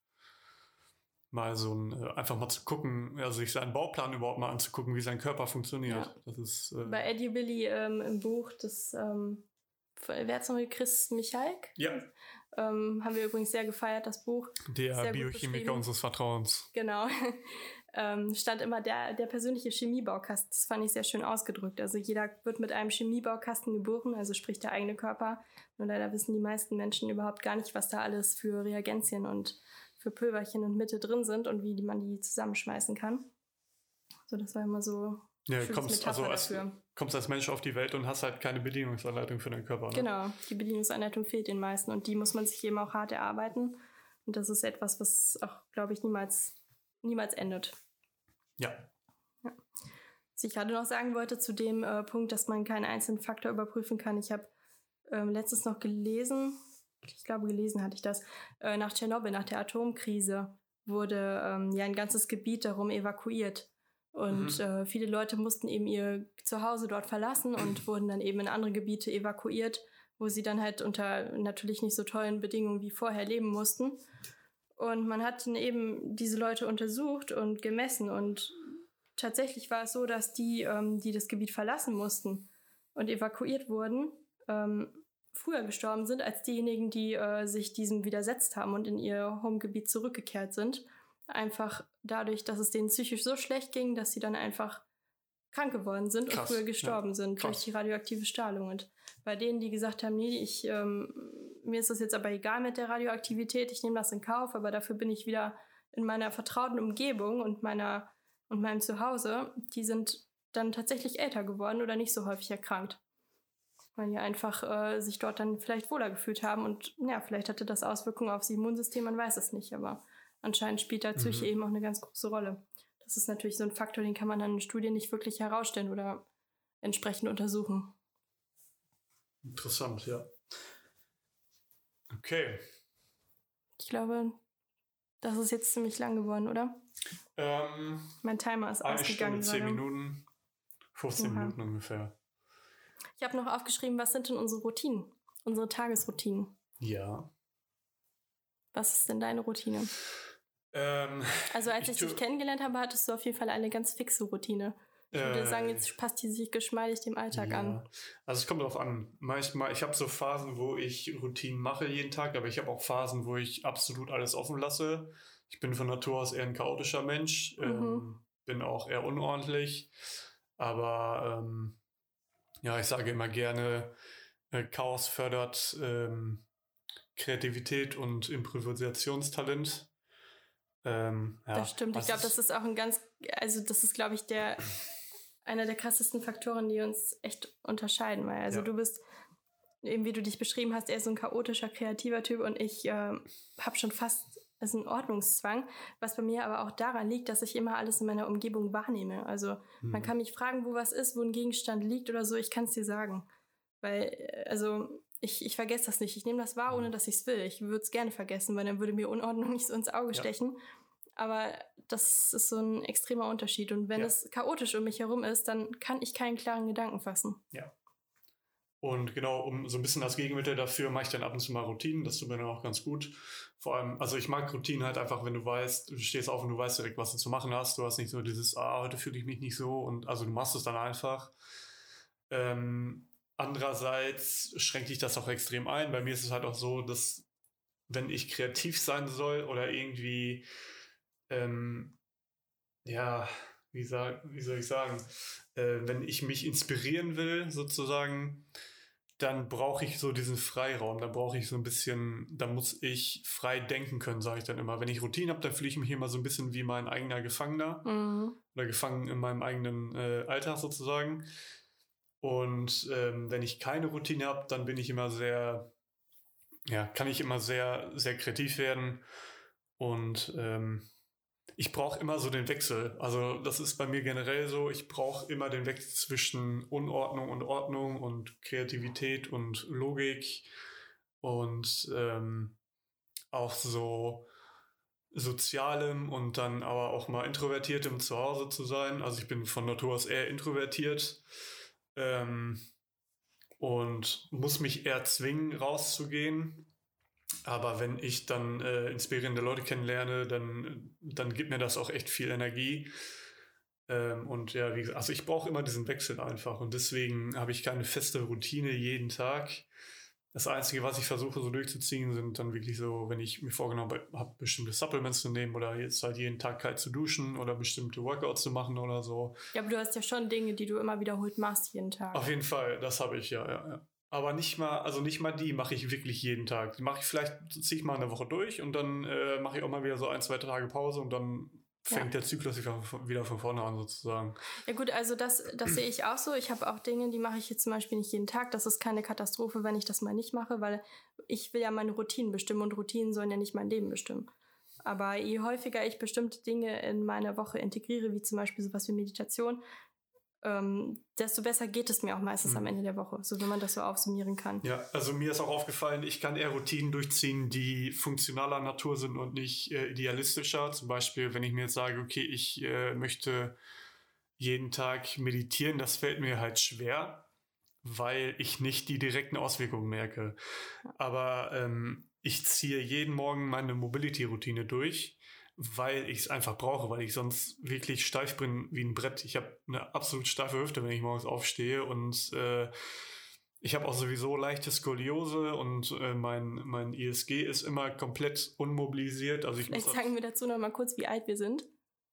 mal so ein, äh, einfach mal zu gucken, also sich seinen Bauplan überhaupt mal anzugucken, wie sein Körper funktioniert. Ja. Das ist, äh, bei Eddie Billy ähm, im Buch, das ähm, wer hat es noch, Chris Michalk? Ja. Ähm, haben wir übrigens sehr gefeiert, das Buch. Der Biochemiker unseres Vertrauens. Genau. ähm, stand immer der, der persönliche Chemiebaukasten. Das fand ich sehr schön ausgedrückt. Also jeder wird mit einem Chemiebaukasten geboren, also sprich der eigene Körper. Nur leider wissen die meisten Menschen überhaupt gar nicht, was da alles für Reagenzien und für Pülverchen und Mitte drin sind und wie man die zusammenschmeißen kann. So, das war immer so ja, kommst, also als, kommst als Mensch auf die Welt und hast halt keine Bedienungsanleitung für deinen Körper. Ne? Genau, die Bedienungsanleitung fehlt den meisten und die muss man sich eben auch hart erarbeiten. Und das ist etwas, was auch, glaube ich, niemals, niemals endet. Ja. ja. Was ich gerade noch sagen wollte zu dem äh, Punkt, dass man keinen einzelnen Faktor überprüfen kann. Ich habe ähm, letztens noch gelesen, ich glaube gelesen hatte ich das, äh, nach Tschernobyl, nach der Atomkrise wurde ähm, ja ein ganzes Gebiet darum evakuiert. Und mhm. äh, viele Leute mussten eben ihr Zuhause dort verlassen und wurden dann eben in andere Gebiete evakuiert, wo sie dann halt unter natürlich nicht so tollen Bedingungen wie vorher leben mussten. Und man hat dann eben diese Leute untersucht und gemessen. Und tatsächlich war es so, dass die, ähm, die das Gebiet verlassen mussten und evakuiert wurden, ähm, früher gestorben sind als diejenigen, die äh, sich diesem widersetzt haben und in ihr Homegebiet zurückgekehrt sind. Einfach dadurch, dass es denen psychisch so schlecht ging, dass sie dann einfach krank geworden sind Krass, und früher gestorben ja. sind Krass. durch die radioaktive Strahlung. Und bei denen, die gesagt haben, nee, ich, ähm, mir ist das jetzt aber egal mit der Radioaktivität, ich nehme das in Kauf, aber dafür bin ich wieder in meiner vertrauten Umgebung und meiner und meinem Zuhause, die sind dann tatsächlich älter geworden oder nicht so häufig erkrankt. Weil die einfach äh, sich dort dann vielleicht wohler gefühlt haben und ja, vielleicht hatte das Auswirkungen aufs Immunsystem, man weiß es nicht, aber anscheinend spielt da Psyche mhm. eben auch eine ganz große Rolle. Das ist natürlich so ein Faktor, den kann man dann in Studien nicht wirklich herausstellen oder entsprechend untersuchen. Interessant, ja. Okay. Ich glaube, das ist jetzt ziemlich lang geworden, oder? Ähm, mein Timer ist eine ausgegangen. Stunde, zehn Minuten, fünfzehn Aha. Minuten ungefähr. Ich habe noch aufgeschrieben, was sind denn unsere Routinen? Unsere Tagesroutinen. Ja. Was ist denn deine Routine? Ähm, also als ich, ich dich tu- kennengelernt habe, hattest du auf jeden Fall eine ganz fixe Routine. Ich würde äh, sagen, jetzt passt die sich geschmeidig dem Alltag ja. an. Also es kommt darauf an. Manchmal, ich habe so Phasen, wo ich Routinen mache jeden Tag, aber ich habe auch Phasen, wo ich absolut alles offen lasse. Ich bin von Natur aus eher ein chaotischer Mensch, mhm. ähm, bin auch eher unordentlich, aber ähm, ja, ich sage immer gerne, äh, Chaos fördert ähm, Kreativität und Improvisationstalent. Ähm, ja, das stimmt. Ich glaube, das ist auch ein ganz, also das ist, glaube ich, der einer der krassesten Faktoren, die uns echt unterscheiden. Weil also ja. du bist, eben wie du dich beschrieben hast, eher so ein chaotischer, kreativer Typ und ich äh, habe schon fast also einen Ordnungszwang, was bei mir aber auch daran liegt, dass ich immer alles in meiner Umgebung wahrnehme. Also hm. man kann mich fragen, wo was ist, wo ein Gegenstand liegt oder so, ich kann es dir sagen. Weil, also ich, ich vergesse das nicht. Ich nehme das wahr, ohne dass ich es will. Ich würde es gerne vergessen, weil dann würde mir Unordnung nicht so ins Auge ja. stechen. Aber das ist so ein extremer Unterschied. Und wenn ja. es chaotisch um mich herum ist, dann kann ich keinen klaren Gedanken fassen. Ja. Und genau, um so ein bisschen das Gegenmittel dafür mache ich dann ab und zu mal Routinen. Das tut mir dann auch ganz gut. Vor allem, also ich mag Routinen halt einfach, wenn du weißt, du stehst auf und du weißt direkt, was du zu machen hast. Du hast nicht so dieses, ah, heute fühle ich mich nicht so. Und also du machst es dann einfach. Ähm, andererseits schränkt dich das auch extrem ein. Bei mir ist es halt auch so, dass wenn ich kreativ sein soll oder irgendwie, ähm, ja, wie, sag, wie soll ich sagen, äh, wenn ich mich inspirieren will, sozusagen, dann brauche ich so diesen Freiraum, dann brauche ich so ein bisschen, da muss ich frei denken können, sage ich dann immer. Wenn ich Routine habe, dann fühle ich mich immer so ein bisschen wie mein eigener Gefangener mhm. oder gefangen in meinem eigenen äh, Alltag sozusagen. Und ähm, wenn ich keine Routine habe, dann bin ich immer sehr, ja, kann ich immer sehr, sehr kreativ werden und ähm, ich brauche immer so den Wechsel. Also das ist bei mir generell so, ich brauche immer den Wechsel zwischen Unordnung und Ordnung und Kreativität und Logik und ähm, auch so Sozialem und dann aber auch mal Introvertiertem zu Hause zu sein. Also ich bin von Natur aus eher introvertiert ähm, und muss mich eher zwingen, rauszugehen. Aber wenn ich dann äh, inspirierende Leute kennenlerne, dann, dann gibt mir das auch echt viel Energie. Ähm, und ja, wie gesagt, also ich brauche immer diesen Wechsel einfach. Und deswegen habe ich keine feste Routine jeden Tag. Das Einzige, was ich versuche so durchzuziehen, sind dann wirklich so, wenn ich mir vorgenommen habe, bestimmte Supplements zu nehmen oder jetzt halt jeden Tag kalt zu duschen oder bestimmte Workouts zu machen oder so. Ja, aber du hast ja schon Dinge, die du immer wiederholt machst jeden Tag. Auf jeden Fall, das habe ich, ja, ja, ja. Aber nicht mal, also nicht mal die mache ich wirklich jeden Tag. Die mache ich vielleicht, ziehe ich mal eine Woche durch und dann äh, mache ich auch mal wieder so ein, zwei Tage Pause und dann fängt ja. der Zyklus wieder von vorne an sozusagen. Ja gut, also das, das sehe ich auch so. Ich habe auch Dinge, die mache ich jetzt zum Beispiel nicht jeden Tag. Das ist keine Katastrophe, wenn ich das mal nicht mache, weil ich will ja meine Routinen bestimmen und Routinen sollen ja nicht mein Leben bestimmen. Aber je häufiger ich bestimmte Dinge in meine Woche integriere, wie zum Beispiel sowas wie Meditation, ähm, desto besser geht es mir auch meistens mhm. am Ende der Woche, so wenn man das so aufsummieren kann. Ja, also mir ist auch aufgefallen, ich kann eher Routinen durchziehen, die funktionaler Natur sind und nicht äh, idealistischer. Zum Beispiel, wenn ich mir jetzt sage, okay, ich äh, möchte jeden Tag meditieren, das fällt mir halt schwer, weil ich nicht die direkten Auswirkungen merke. Ja. Aber ähm, ich ziehe jeden Morgen meine Mobility-Routine durch, weil ich es einfach brauche, weil ich sonst wirklich steif bin wie ein Brett. Ich habe eine absolut steife Hüfte, wenn ich morgens aufstehe und äh, ich habe auch sowieso leichte Skoliose und äh, mein, mein I S G ist immer komplett unmobilisiert. Also ich Vielleicht sagen wir dazu noch mal kurz, wie alt wir sind.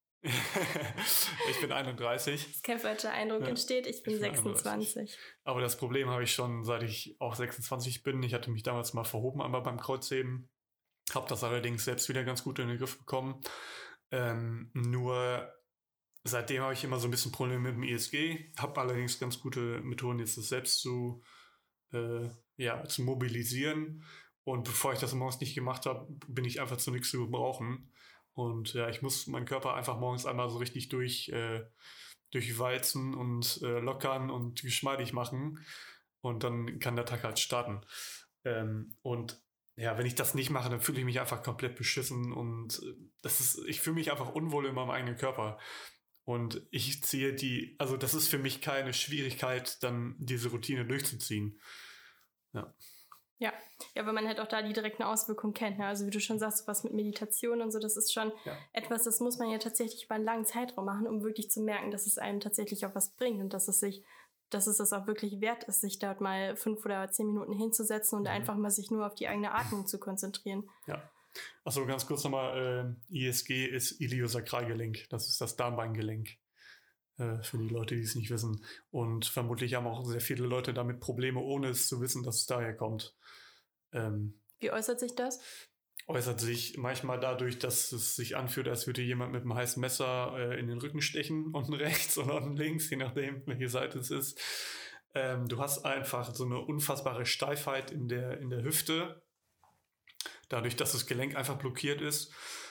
Ich bin einunddreißig. Das kein falscher Eindruck ja, entsteht, ich bin, ich bin sechsundzwanzig. einunddreißig. Aber das Problem habe ich schon, seit ich auch sechsundzwanzig bin. Ich hatte mich damals mal verhoben, einmal beim Kreuzheben. Habe das allerdings selbst wieder ganz gut in den Griff bekommen. Ähm, nur seitdem habe ich immer so ein bisschen Probleme mit dem I S G. Habe allerdings ganz gute Methoden, jetzt das selbst zu, äh, ja, zu mobilisieren. Und bevor ich das morgens nicht gemacht habe, bin ich einfach zu nichts zu gebrauchen. Und ja, ich muss meinen Körper einfach morgens einmal so richtig durch, äh, durchwalzen und äh, lockern und geschmeidig machen. Und dann kann der Tag halt starten. Ähm, und ja, wenn ich das nicht mache, dann fühle ich mich einfach komplett beschissen und das ist, ich fühle mich einfach unwohl in meinem eigenen Körper. Und ich ziehe die, also das ist für mich keine Schwierigkeit, dann diese Routine durchzuziehen. Ja. Ja, ja, weil man halt auch da die direkten Auswirkungen kennt. Ne? Also wie du schon sagst, was mit Meditation und so, das ist schon ja. etwas, das muss man ja tatsächlich über einen langen Zeitraum machen, um wirklich zu merken, dass es einem tatsächlich auch was bringt und dass es sich dass es das auch wirklich wert ist, sich dort mal fünf oder zehn Minuten hinzusetzen und mhm. einfach mal sich nur auf die eigene Atmung zu konzentrieren. Ja. Achso, ganz kurz nochmal, äh, I S G ist Iliosakralgelenk. Das ist das Darmbeingelenk. Äh, für die Leute, die es nicht wissen. Und vermutlich haben auch sehr viele Leute damit Probleme, ohne es zu wissen, dass es daher kommt. Ähm, Wie äußert sich das? Äußert sich manchmal dadurch, dass es sich anfühlt, als würde jemand mit einem heißen Messer äh, in den Rücken stechen, unten rechts oder unten links, je nachdem, welche Seite es ist. Ähm, du hast einfach so eine unfassbare Steifheit in der, in der Hüfte, dadurch, dass das Gelenk einfach blockiert ist.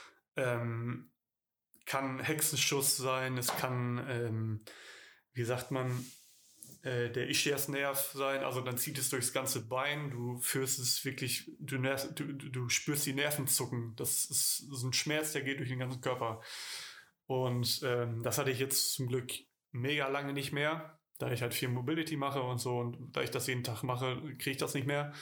Ähm, kann Hexenschuss sein, es kann, ähm, wie sagt man, der Ischiasnerv sein, also dann zieht es durchs ganze Bein, du fühlst es wirklich, du, nerv, du, du spürst die Nerven zucken, das ist so ein Schmerz, der geht durch den ganzen Körper. Und ähm, das hatte ich jetzt zum Glück mega lange nicht mehr, da ich halt viel Mobility mache und so, und da ich das jeden Tag mache, kriege ich das nicht mehr.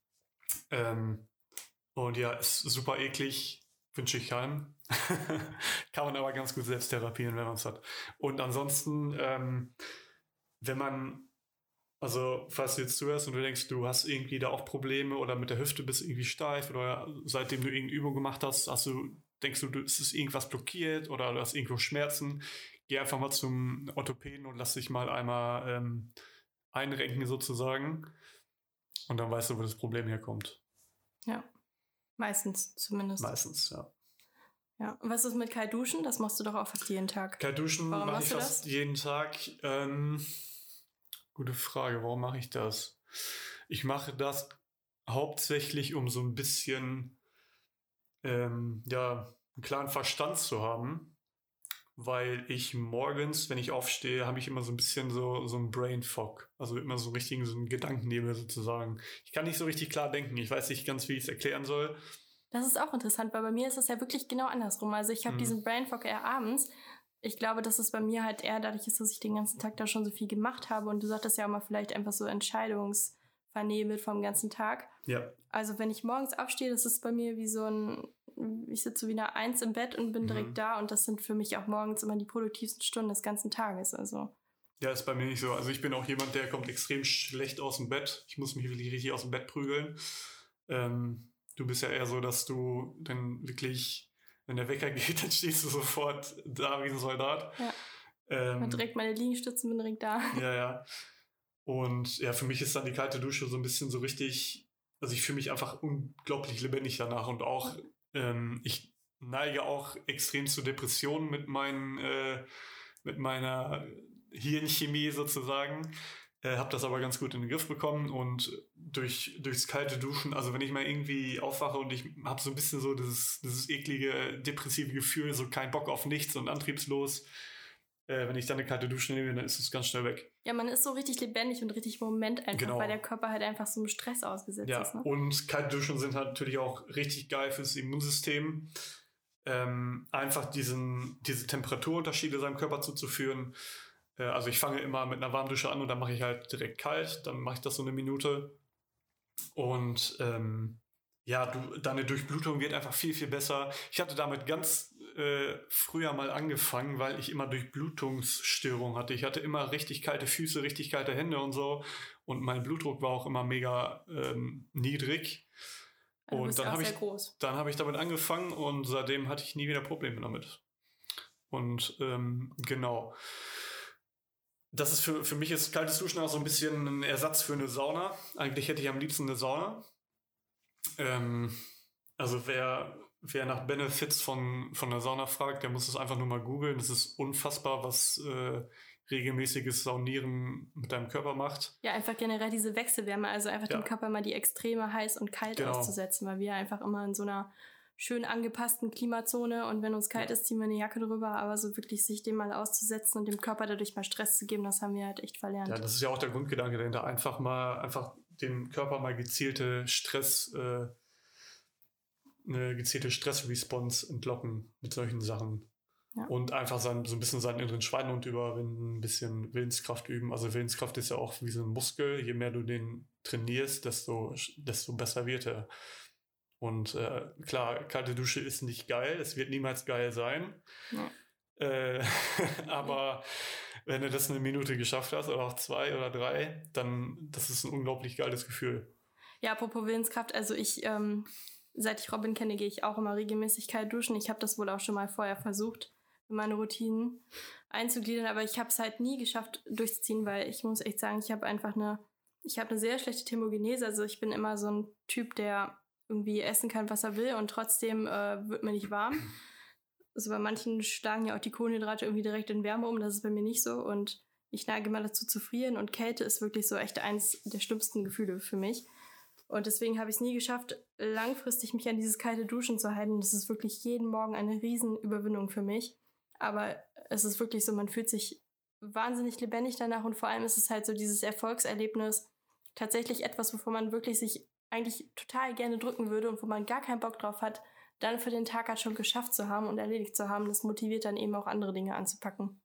Ähm, und ja, ist super eklig, wünsche ich keinem. Kann man aber ganz gut selbst therapieren, wenn man es hat. Und ansonsten, ähm, wenn man, also falls du jetzt zuhörst und du denkst, du hast irgendwie da auch Probleme oder mit der Hüfte bist irgendwie steif oder seitdem du irgendeine Übung gemacht hast, hast du, denkst du, es ist irgendwas blockiert oder du hast irgendwo Schmerzen, geh einfach mal zum Orthopäden und lass dich mal einmal ähm, einrenken sozusagen und dann weißt du, wo das Problem herkommt. Ja, meistens zumindest. Meistens, ja. Ja, und was ist mit Kaltduschen? Das machst du doch auch fast jeden Tag. Kaltduschen mache ich fast jeden Tag. Ähm, gute Frage, warum mache ich das? Ich mache das hauptsächlich, um so ein bisschen ähm, ja, einen klaren Verstand zu haben, weil ich morgens, wenn ich aufstehe, habe ich immer so ein bisschen so, so einen Brain Fog, also immer so richtig so einen Gedankennebel sozusagen. Ich kann nicht so richtig klar denken, ich weiß nicht ganz, wie ich es erklären soll. Das ist auch interessant, weil bei mir ist es ja wirklich genau andersrum. Also ich habe mhm. diesen Brain Fog eher abends. Ich glaube, dass es bei mir halt eher dadurch ist, dass ich den ganzen Tag da schon so viel gemacht habe. Und du sagtest ja auch mal vielleicht einfach so entscheidungsvernebelt vom ganzen Tag. Ja. Also wenn ich morgens aufstehe, das ist bei mir wie so ein, ich sitze wie eine Eins im Bett und bin mhm. direkt da. Und das sind für mich auch morgens immer die produktivsten Stunden des ganzen Tages. Also Ja, ist bei mir nicht so. Also ich bin auch jemand, der kommt extrem schlecht aus dem Bett. Ich muss mich wirklich richtig aus dem Bett prügeln. Ähm, du bist ja eher so, dass du dann wirklich, wenn der Wecker geht, dann stehst du sofort da wie ein Soldat. Ja. Ähm, Und direkt meine Liegestützen, bin direkt da. Ja, ja. Und ja, für mich ist dann die kalte Dusche so ein bisschen so richtig, also ich fühle mich einfach unglaublich lebendig danach und auch, ähm, ich neige auch extrem zu Depressionen mit meinen, äh, mit meiner Hirnchemie sozusagen. Äh, habe das aber ganz gut in den Griff bekommen und durch, durchs kalte Duschen, also wenn ich mal irgendwie aufwache und ich habe so ein bisschen so dieses, dieses eklige, depressive Gefühl, so kein Bock auf nichts und antriebslos, äh, wenn ich dann eine kalte Dusche nehme, dann ist es ganz schnell weg. Ja, man ist so richtig lebendig und richtig im Moment einfach, Genau. weil der Körper halt einfach so einem Stress ausgesetzt Ja, ist. Ne? und kalte Duschen sind halt natürlich auch richtig geil fürs Immunsystem. Ähm, einfach diesen, diese Temperaturunterschiede seinem Körper zuzuführen. Äh, also ich fange immer mit einer Warmdusche an und dann mache ich halt direkt kalt. Dann mache ich das so eine Minute. Und ähm, ja, du, deine Durchblutung wird einfach viel, viel besser. Ich hatte damit ganz äh, früher mal angefangen, weil ich immer Durchblutungsstörungen hatte. Ich hatte immer richtig kalte Füße, richtig kalte Hände und so. Und mein Blutdruck war auch immer mega ähm, niedrig. Also und dann habe ich, groß. dann habe ich damit angefangen und seitdem hatte ich nie wieder Probleme damit. Und ähm, genau. Das ist für, für mich ist kaltes Duschen auch so ein bisschen ein Ersatz für eine Sauna. Eigentlich hätte ich am liebsten eine Sauna. Ähm, also wer, wer nach Benefits von, von der Sauna fragt, der muss es einfach nur mal googeln. Das ist unfassbar, was äh, regelmäßiges Saunieren mit deinem Körper macht. Ja, einfach generell diese Wechselwärme, also einfach Ja. dem Körper mal die Extreme heiß und kalt Genau. auszusetzen, weil wir einfach immer in so einer schön angepassten Klimazone und wenn uns kalt ist, ziehen wir eine Jacke drüber, aber so wirklich sich dem mal auszusetzen und dem Körper dadurch mal Stress zu geben, das haben wir halt echt verlernt. Ja, das ist ja auch der Grundgedanke dahinter. Einfach mal, einfach dem Körper mal gezielte Stress, äh, eine gezielte Stressresponse entlocken mit solchen Sachen. Ja. Und einfach sein, so ein bisschen seinen inneren Schweinehund überwinden, ein bisschen Willenskraft üben. Also Willenskraft ist ja auch wie so ein Muskel. Je mehr du den trainierst, desto, desto besser wird er. Und äh, klar, kalte Dusche ist nicht geil. Es wird niemals geil sein. Ja. Äh, aber wenn du das eine Minute geschafft hast oder auch zwei oder drei, dann das ist ein unglaublich geiles Gefühl. Ja, apropos Willenskraft, also ich, ähm, seit ich Robin kenne, gehe ich auch immer regelmäßig kalt duschen. Ich habe das wohl auch schon mal vorher versucht, in meine Routinen einzugliedern, aber ich habe es halt nie geschafft durchzuziehen, weil ich muss echt sagen, ich habe einfach eine, ich habe eine sehr schlechte Thermogenese. Also ich bin immer so ein Typ, der irgendwie essen kann, was er will und trotzdem äh, wird mir nicht warm. Also bei manchen schlagen ja auch die Kohlenhydrate irgendwie direkt in Wärme um, das ist bei mir nicht so und ich neige immer dazu zu frieren und Kälte ist wirklich so echt eins der schlimmsten Gefühle für mich. Und deswegen habe ich es nie geschafft, langfristig mich an dieses kalte Duschen zu halten. Das ist wirklich jeden Morgen eine Riesenüberwindung für mich. Aber es ist wirklich so, man fühlt sich wahnsinnig lebendig danach und vor allem ist es halt so dieses Erfolgserlebnis, tatsächlich etwas, wovon man wirklich sich eigentlich total gerne drücken würde und wo man gar keinen Bock drauf hat, dann für den Tag halt schon geschafft zu haben und erledigt zu haben. Das motiviert dann eben auch andere Dinge anzupacken.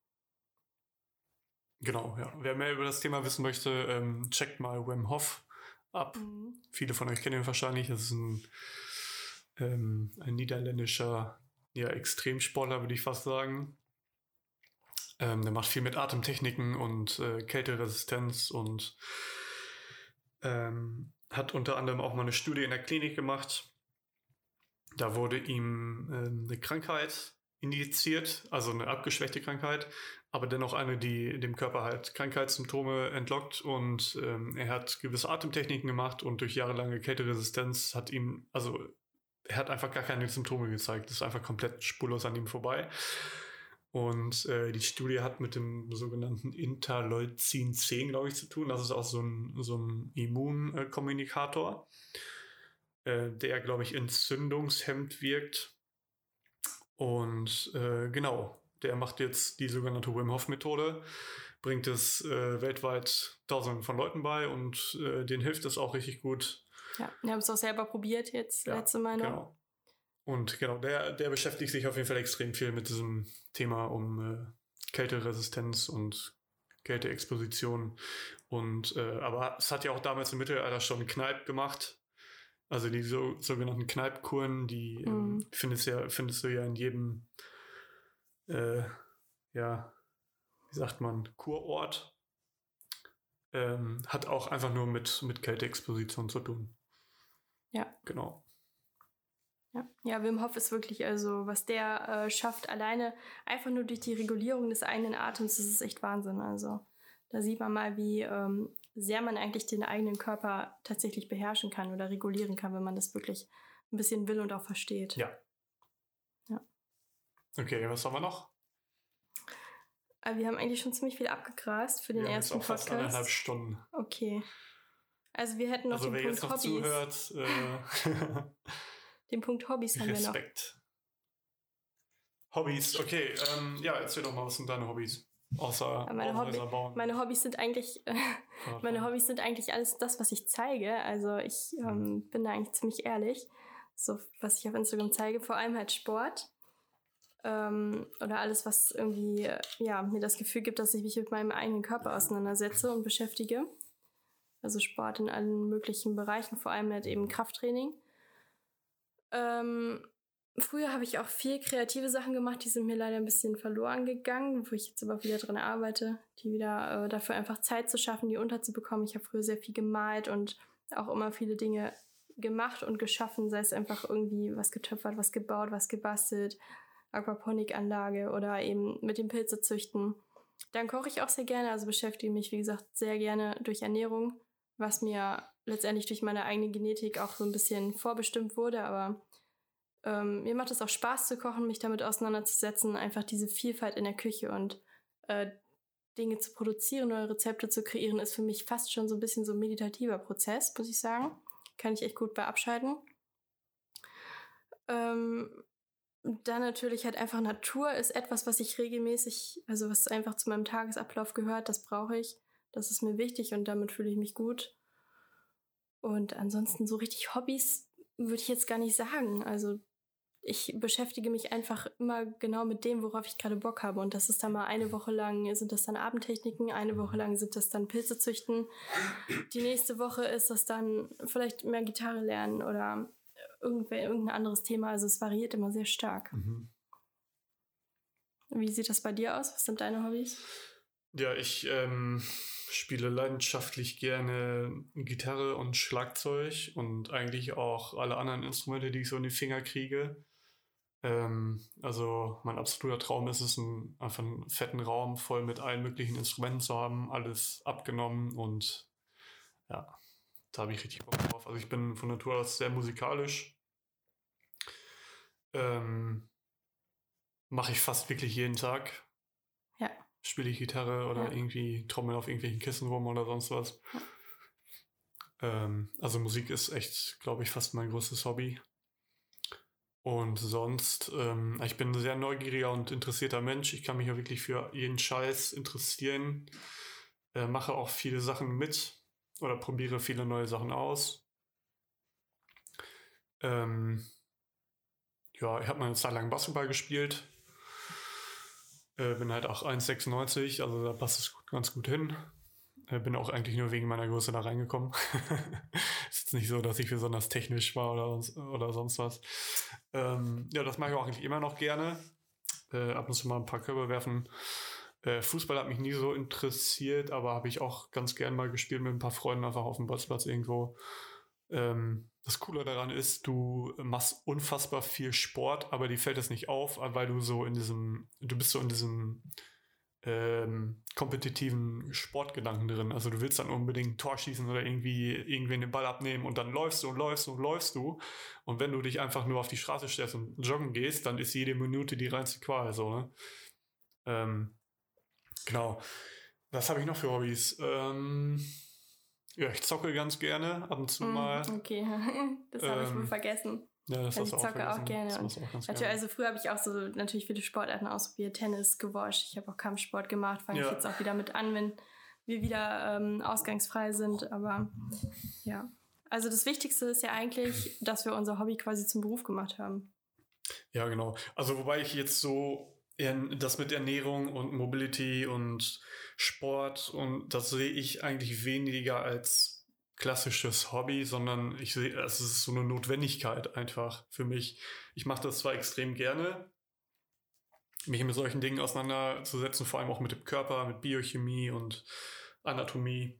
Genau, ja. Wer mehr über das Thema wissen möchte, ähm, checkt mal Wim Hof ab. Mhm. Viele von euch kennen ihn wahrscheinlich. Das ist ein, ähm, ein niederländischer ja, Extremsportler, würde ich fast sagen. Ähm, der macht viel mit Atemtechniken und äh, Kälteresistenz und ähm, hat unter anderem auch mal eine Studie in der Klinik gemacht. Da wurde ihm äh, eine Krankheit injiziert, also eine abgeschwächte Krankheit, aber dennoch eine, die dem Körper halt Krankheitssymptome entlockt und ähm, er hat gewisse Atemtechniken gemacht und durch jahrelange Kälteresistenz hat ihm, also er hat einfach gar keine Symptome gezeigt, das ist einfach komplett spurlos an ihm vorbei. Und äh, die Studie hat mit dem sogenannten Interleucin zehn, glaube ich, zu tun. Das ist auch so ein, so ein Immunkommunikator, äh, der, glaube ich, entzündungshemmend wirkt. Und äh, genau, der macht jetzt die sogenannte Wim Hof Methode, bringt es äh, weltweit Tausenden von Leuten bei und äh, denen hilft es auch richtig gut. Ja, wir haben es auch selber probiert jetzt, ja, letzte Mal noch. Genau. Und genau, der, der beschäftigt sich auf jeden Fall extrem viel mit diesem Thema um äh, Kälteresistenz und Kälteexposition. Und äh, aber es hat ja auch damals im Mittelalter schon Kneipp gemacht. Also die so, sogenannten Kneippkuren, die mhm. ähm, findest, ja, findest du ja in jedem, äh, ja, wie wie sagt man, Kurort. Ähm, hat auch einfach nur mit, mit Kälteexposition zu tun. Ja. Genau. Ja. ja, Wim Hof ist wirklich, also was der äh, schafft, alleine einfach nur durch die Regulierung des eigenen Atems, das ist echt Wahnsinn. Also da sieht man mal, wie ähm, sehr man eigentlich den eigenen Körper tatsächlich beherrschen kann oder regulieren kann, wenn man das wirklich ein bisschen will und auch versteht. Ja. Ja. Okay, was haben wir noch? Aber wir haben eigentlich schon ziemlich viel abgegrast für den wir ersten haben jetzt auch Podcast. Fast eineinhalb Stunden. Okay. Also wir hätten noch also den wer Punkt jetzt noch Hobbys. zuhört, äh den Punkt Hobbys haben Respekt. wir noch. Respekt. Hobbys, okay. Ähm, ja, erzähl doch mal, was sind deine Hobbys? Außer Ja, meine, Hobby, bauen. meine Hobbys sind eigentlich äh, meine Hobbys sind eigentlich alles das, was ich zeige. Also ich ähm, bin da eigentlich ziemlich ehrlich, so was ich auf Instagram zeige. Vor allem halt Sport ähm, oder alles, was irgendwie ja mir das Gefühl gibt, dass ich mich mit meinem eigenen Körper auseinandersetze und beschäftige. Also Sport in allen möglichen Bereichen, vor allem halt eben Krafttraining. Ähm, früher habe ich auch viel kreative Sachen gemacht, die sind mir leider ein bisschen verloren gegangen, wo ich jetzt aber wieder dran arbeite, die wieder äh, dafür einfach Zeit zu schaffen, die unterzubekommen. Ich habe früher sehr viel gemalt und auch immer viele Dinge gemacht und geschaffen, sei es einfach irgendwie was getöpfert, was gebaut, was gebastelt, Aquaponikanlage oder eben mit dem Pilze züchten. Dann koche ich auch sehr gerne, also beschäftige mich, wie gesagt, sehr gerne durch Ernährung, was mir letztendlich durch meine eigene Genetik auch so ein bisschen vorbestimmt wurde, aber ähm, mir macht es auch Spaß zu kochen, mich damit auseinanderzusetzen, einfach diese Vielfalt in der Küche und äh, Dinge zu produzieren oder Rezepte zu kreieren, ist für mich fast schon so ein bisschen so ein meditativer Prozess, muss ich sagen. Kann ich echt gut bei abschalten. Ähm, dann natürlich halt einfach Natur ist etwas, was ich regelmäßig, also was einfach zu meinem Tagesablauf gehört, das brauche ich. Das ist mir wichtig und damit fühle ich mich gut. Und ansonsten so richtig Hobbys würde ich jetzt gar nicht sagen. Also ich beschäftige mich einfach immer genau mit dem, worauf ich gerade Bock habe. Und das ist dann mal eine Woche lang, sind das dann Abendtechniken, eine Woche lang sind das dann Pilze züchten. Die nächste Woche ist das dann vielleicht mehr Gitarre lernen oder irgendein anderes Thema. Also es variiert immer sehr stark. Mhm. Wie sieht das bei dir aus? Was sind deine Hobbys? Ja, ich ähm, spiele leidenschaftlich gerne Gitarre und Schlagzeug und eigentlich auch alle anderen Instrumente, die ich so in die Finger kriege. Ähm, also mein absoluter Traum ist es, einen, einfach einen fetten Raum voll mit allen möglichen Instrumenten zu haben, alles abgenommen und ja, da habe ich richtig Bock drauf. Also ich bin von Natur aus sehr musikalisch. Ähm, mache ich fast wirklich jeden Tag. Ja. Spiele ich Gitarre oder ja. irgendwie trommel auf irgendwelchen Kissen rum oder sonst was. Ja. Ähm, also Musik ist echt, glaube ich, fast mein größtes Hobby. Und sonst, ähm, ich bin ein sehr neugieriger und interessierter Mensch. Ich kann mich ja wirklich für jeden Scheiß interessieren. Äh, mache auch viele Sachen mit oder probiere viele neue Sachen aus. Ähm, ja, ich habe mal eine Zeit lang Basketball gespielt. Äh, bin halt auch eins Komma sechsundneunzig, also da passt es ganz gut hin. Äh, bin auch eigentlich nur wegen meiner Größe da reingekommen. Ist jetzt nicht so, dass ich besonders technisch war oder, oder sonst was. Ähm, ja, das mache ich auch eigentlich immer noch gerne. Äh, ab und zu mal ein paar Körbe werfen. Äh, Fußball hat mich nie so interessiert, aber habe ich auch ganz gern mal gespielt mit ein paar Freunden einfach auf dem Bolzplatz irgendwo. Ähm, das Coole daran ist, du machst unfassbar viel Sport, aber dir fällt das nicht auf, weil du so in diesem, du bist so in diesem ähm, kompetitiven Sportgedanken drin. Also du willst dann unbedingt ein Tor schießen oder irgendwie irgendwen den Ball abnehmen und dann läufst du und läufst und läufst du. Und wenn du dich einfach nur auf die Straße stellst und joggen gehst, dann ist jede Minute die reinste Qual. So, ne? Ähm, genau. Was habe ich noch für Hobbys? Ähm, ja, ich zocke ganz gerne, ab und zu mm, mal. Okay, das habe ähm, ich wohl vergessen. Ja, das also ich zocke auch, auch gerne. Das und auch ganz natürlich, gerne. Also früher habe ich auch so natürlich viele Sportarten ausprobiert, Tennis, Squash. Ich habe auch Kampfsport gemacht, fange ja. ich jetzt auch wieder mit an, wenn wir wieder ähm, ausgangsfrei sind. Aber ja, also das Wichtigste ist ja eigentlich, dass wir unser Hobby quasi zum Beruf gemacht haben. Ja, genau. Also wobei ich jetzt so das mit Ernährung und Mobility und Sport und das sehe ich eigentlich weniger als klassisches Hobby, sondern ich sehe, es ist so eine Notwendigkeit einfach für mich. Ich mache das zwar extrem gerne, mich mit solchen Dingen auseinanderzusetzen, vor allem auch mit dem Körper, mit Biochemie und Anatomie.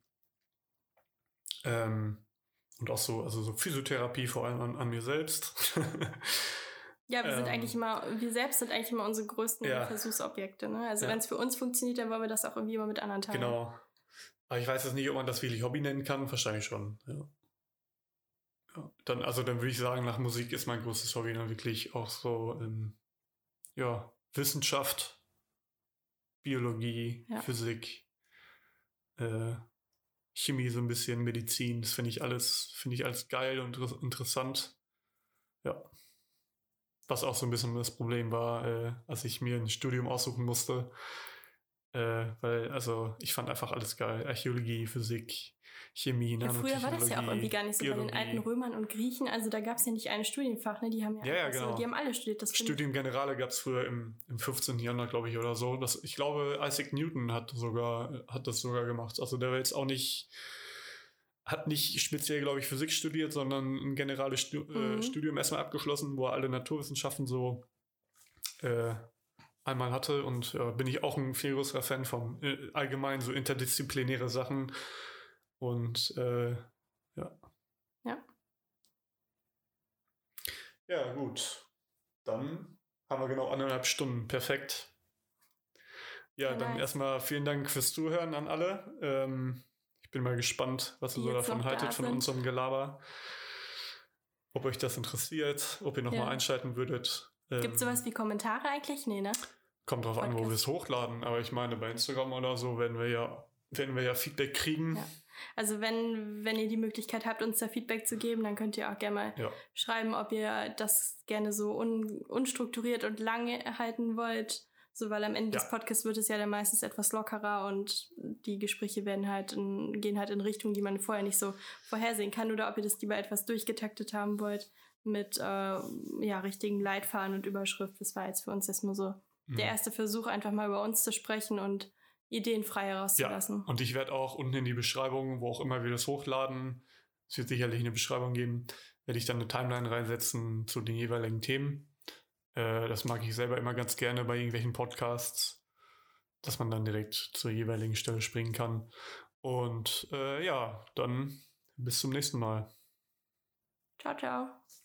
Ähm, und auch so, also so Physiotherapie vor allem an, an mir selbst. Ja, wir sind Ähm, eigentlich immer, wir selbst sind eigentlich immer unsere größten Ja. Versuchsobjekte. Ne? Also Ja. wenn es für uns funktioniert, dann wollen wir das auch irgendwie immer mit anderen teilen. Genau. Aber ich weiß jetzt nicht, ob man das wirklich Hobby nennen kann. Wahrscheinlich schon. Ja. Ja. Dann, also dann würde ich sagen, nach Musik ist mein größtes Hobby dann wirklich auch so ähm, ja, Wissenschaft, Biologie, Ja. Physik, äh, Chemie so ein bisschen, Medizin. Das finde ich alles, finde ich alles geil und inter- interessant. Ja. Was auch so ein bisschen das Problem war, äh, als ich mir ein Studium aussuchen musste. Äh, weil, also, ich fand einfach alles geil. Archäologie, Physik, Chemie, Ja, Nanotechnologie, früher war das ja auch irgendwie gar nicht so Biologie. bei den alten Römern und Griechen. Also da gab es ja nicht ein Studienfach, ne? Die haben ja, Ja, ja, einfach genau. so, die haben alle studiert. Das finde ich- Studium Generale gab es früher im, im fünfzehnten. Jahrhundert, glaube ich, oder so. Das, ich glaube, Isaac Newton hat sogar, hat das sogar gemacht. Also der war jetzt auch nicht, hat nicht speziell, glaube ich, Physik studiert, sondern ein generales Stu Mhm. äh, Studium erstmal abgeschlossen, wo er alle Naturwissenschaften so äh, einmal hatte. Und äh, bin ich auch ein viel größerer Fan von äh, allgemein so interdisziplinäre Sachen. Und äh, ja. Ja. Ja, gut. Dann haben wir genau anderthalb Stunden. Perfekt. Ja, Ja, dann nice. erstmal vielen Dank fürs Zuhören an alle. Ähm, ich bin mal gespannt, was ihr Die so jetzt davon noch da haltet, von sind. unserem Gelaber. Ob euch das interessiert, ob ihr nochmal Ja. einschalten würdet. Ähm, Gibt es sowas wie Kommentare eigentlich? Nee, ne? Kommt drauf an, wo Podcast? wir es hochladen. Aber ich meine, bei Instagram oder so werden wir ja, werden wir ja Feedback kriegen. Ja. Also wenn, wenn ihr die Möglichkeit habt, uns da Feedback zu geben, dann könnt ihr auch gerne mal Ja. schreiben, ob ihr das gerne so un, unstrukturiert und lang halten wollt. So, weil am Ende Ja. des Podcasts wird es ja dann meistens etwas lockerer und die Gespräche werden halt in, gehen halt in Richtungen, die man vorher nicht so vorhersehen kann. Oder ob ihr das lieber etwas durchgetaktet haben wollt mit äh, ja, richtigen Leitfaden und Überschrift. Das war jetzt für uns erstmal so Mhm. der erste Versuch, einfach mal über uns zu sprechen und Ideen frei Ja, herauszulassen. und ich werde auch unten in die Beschreibung, wo auch immer wir das hochladen, es wird sicherlich eine Beschreibung geben, werde ich dann eine Timeline reinsetzen zu den jeweiligen Themen. Äh, das mag ich selber immer ganz gerne bei irgendwelchen Podcasts, dass man dann direkt zur jeweiligen Stelle springen kann. Und äh, ja, dann bis zum nächsten Mal. Ciao, ciao.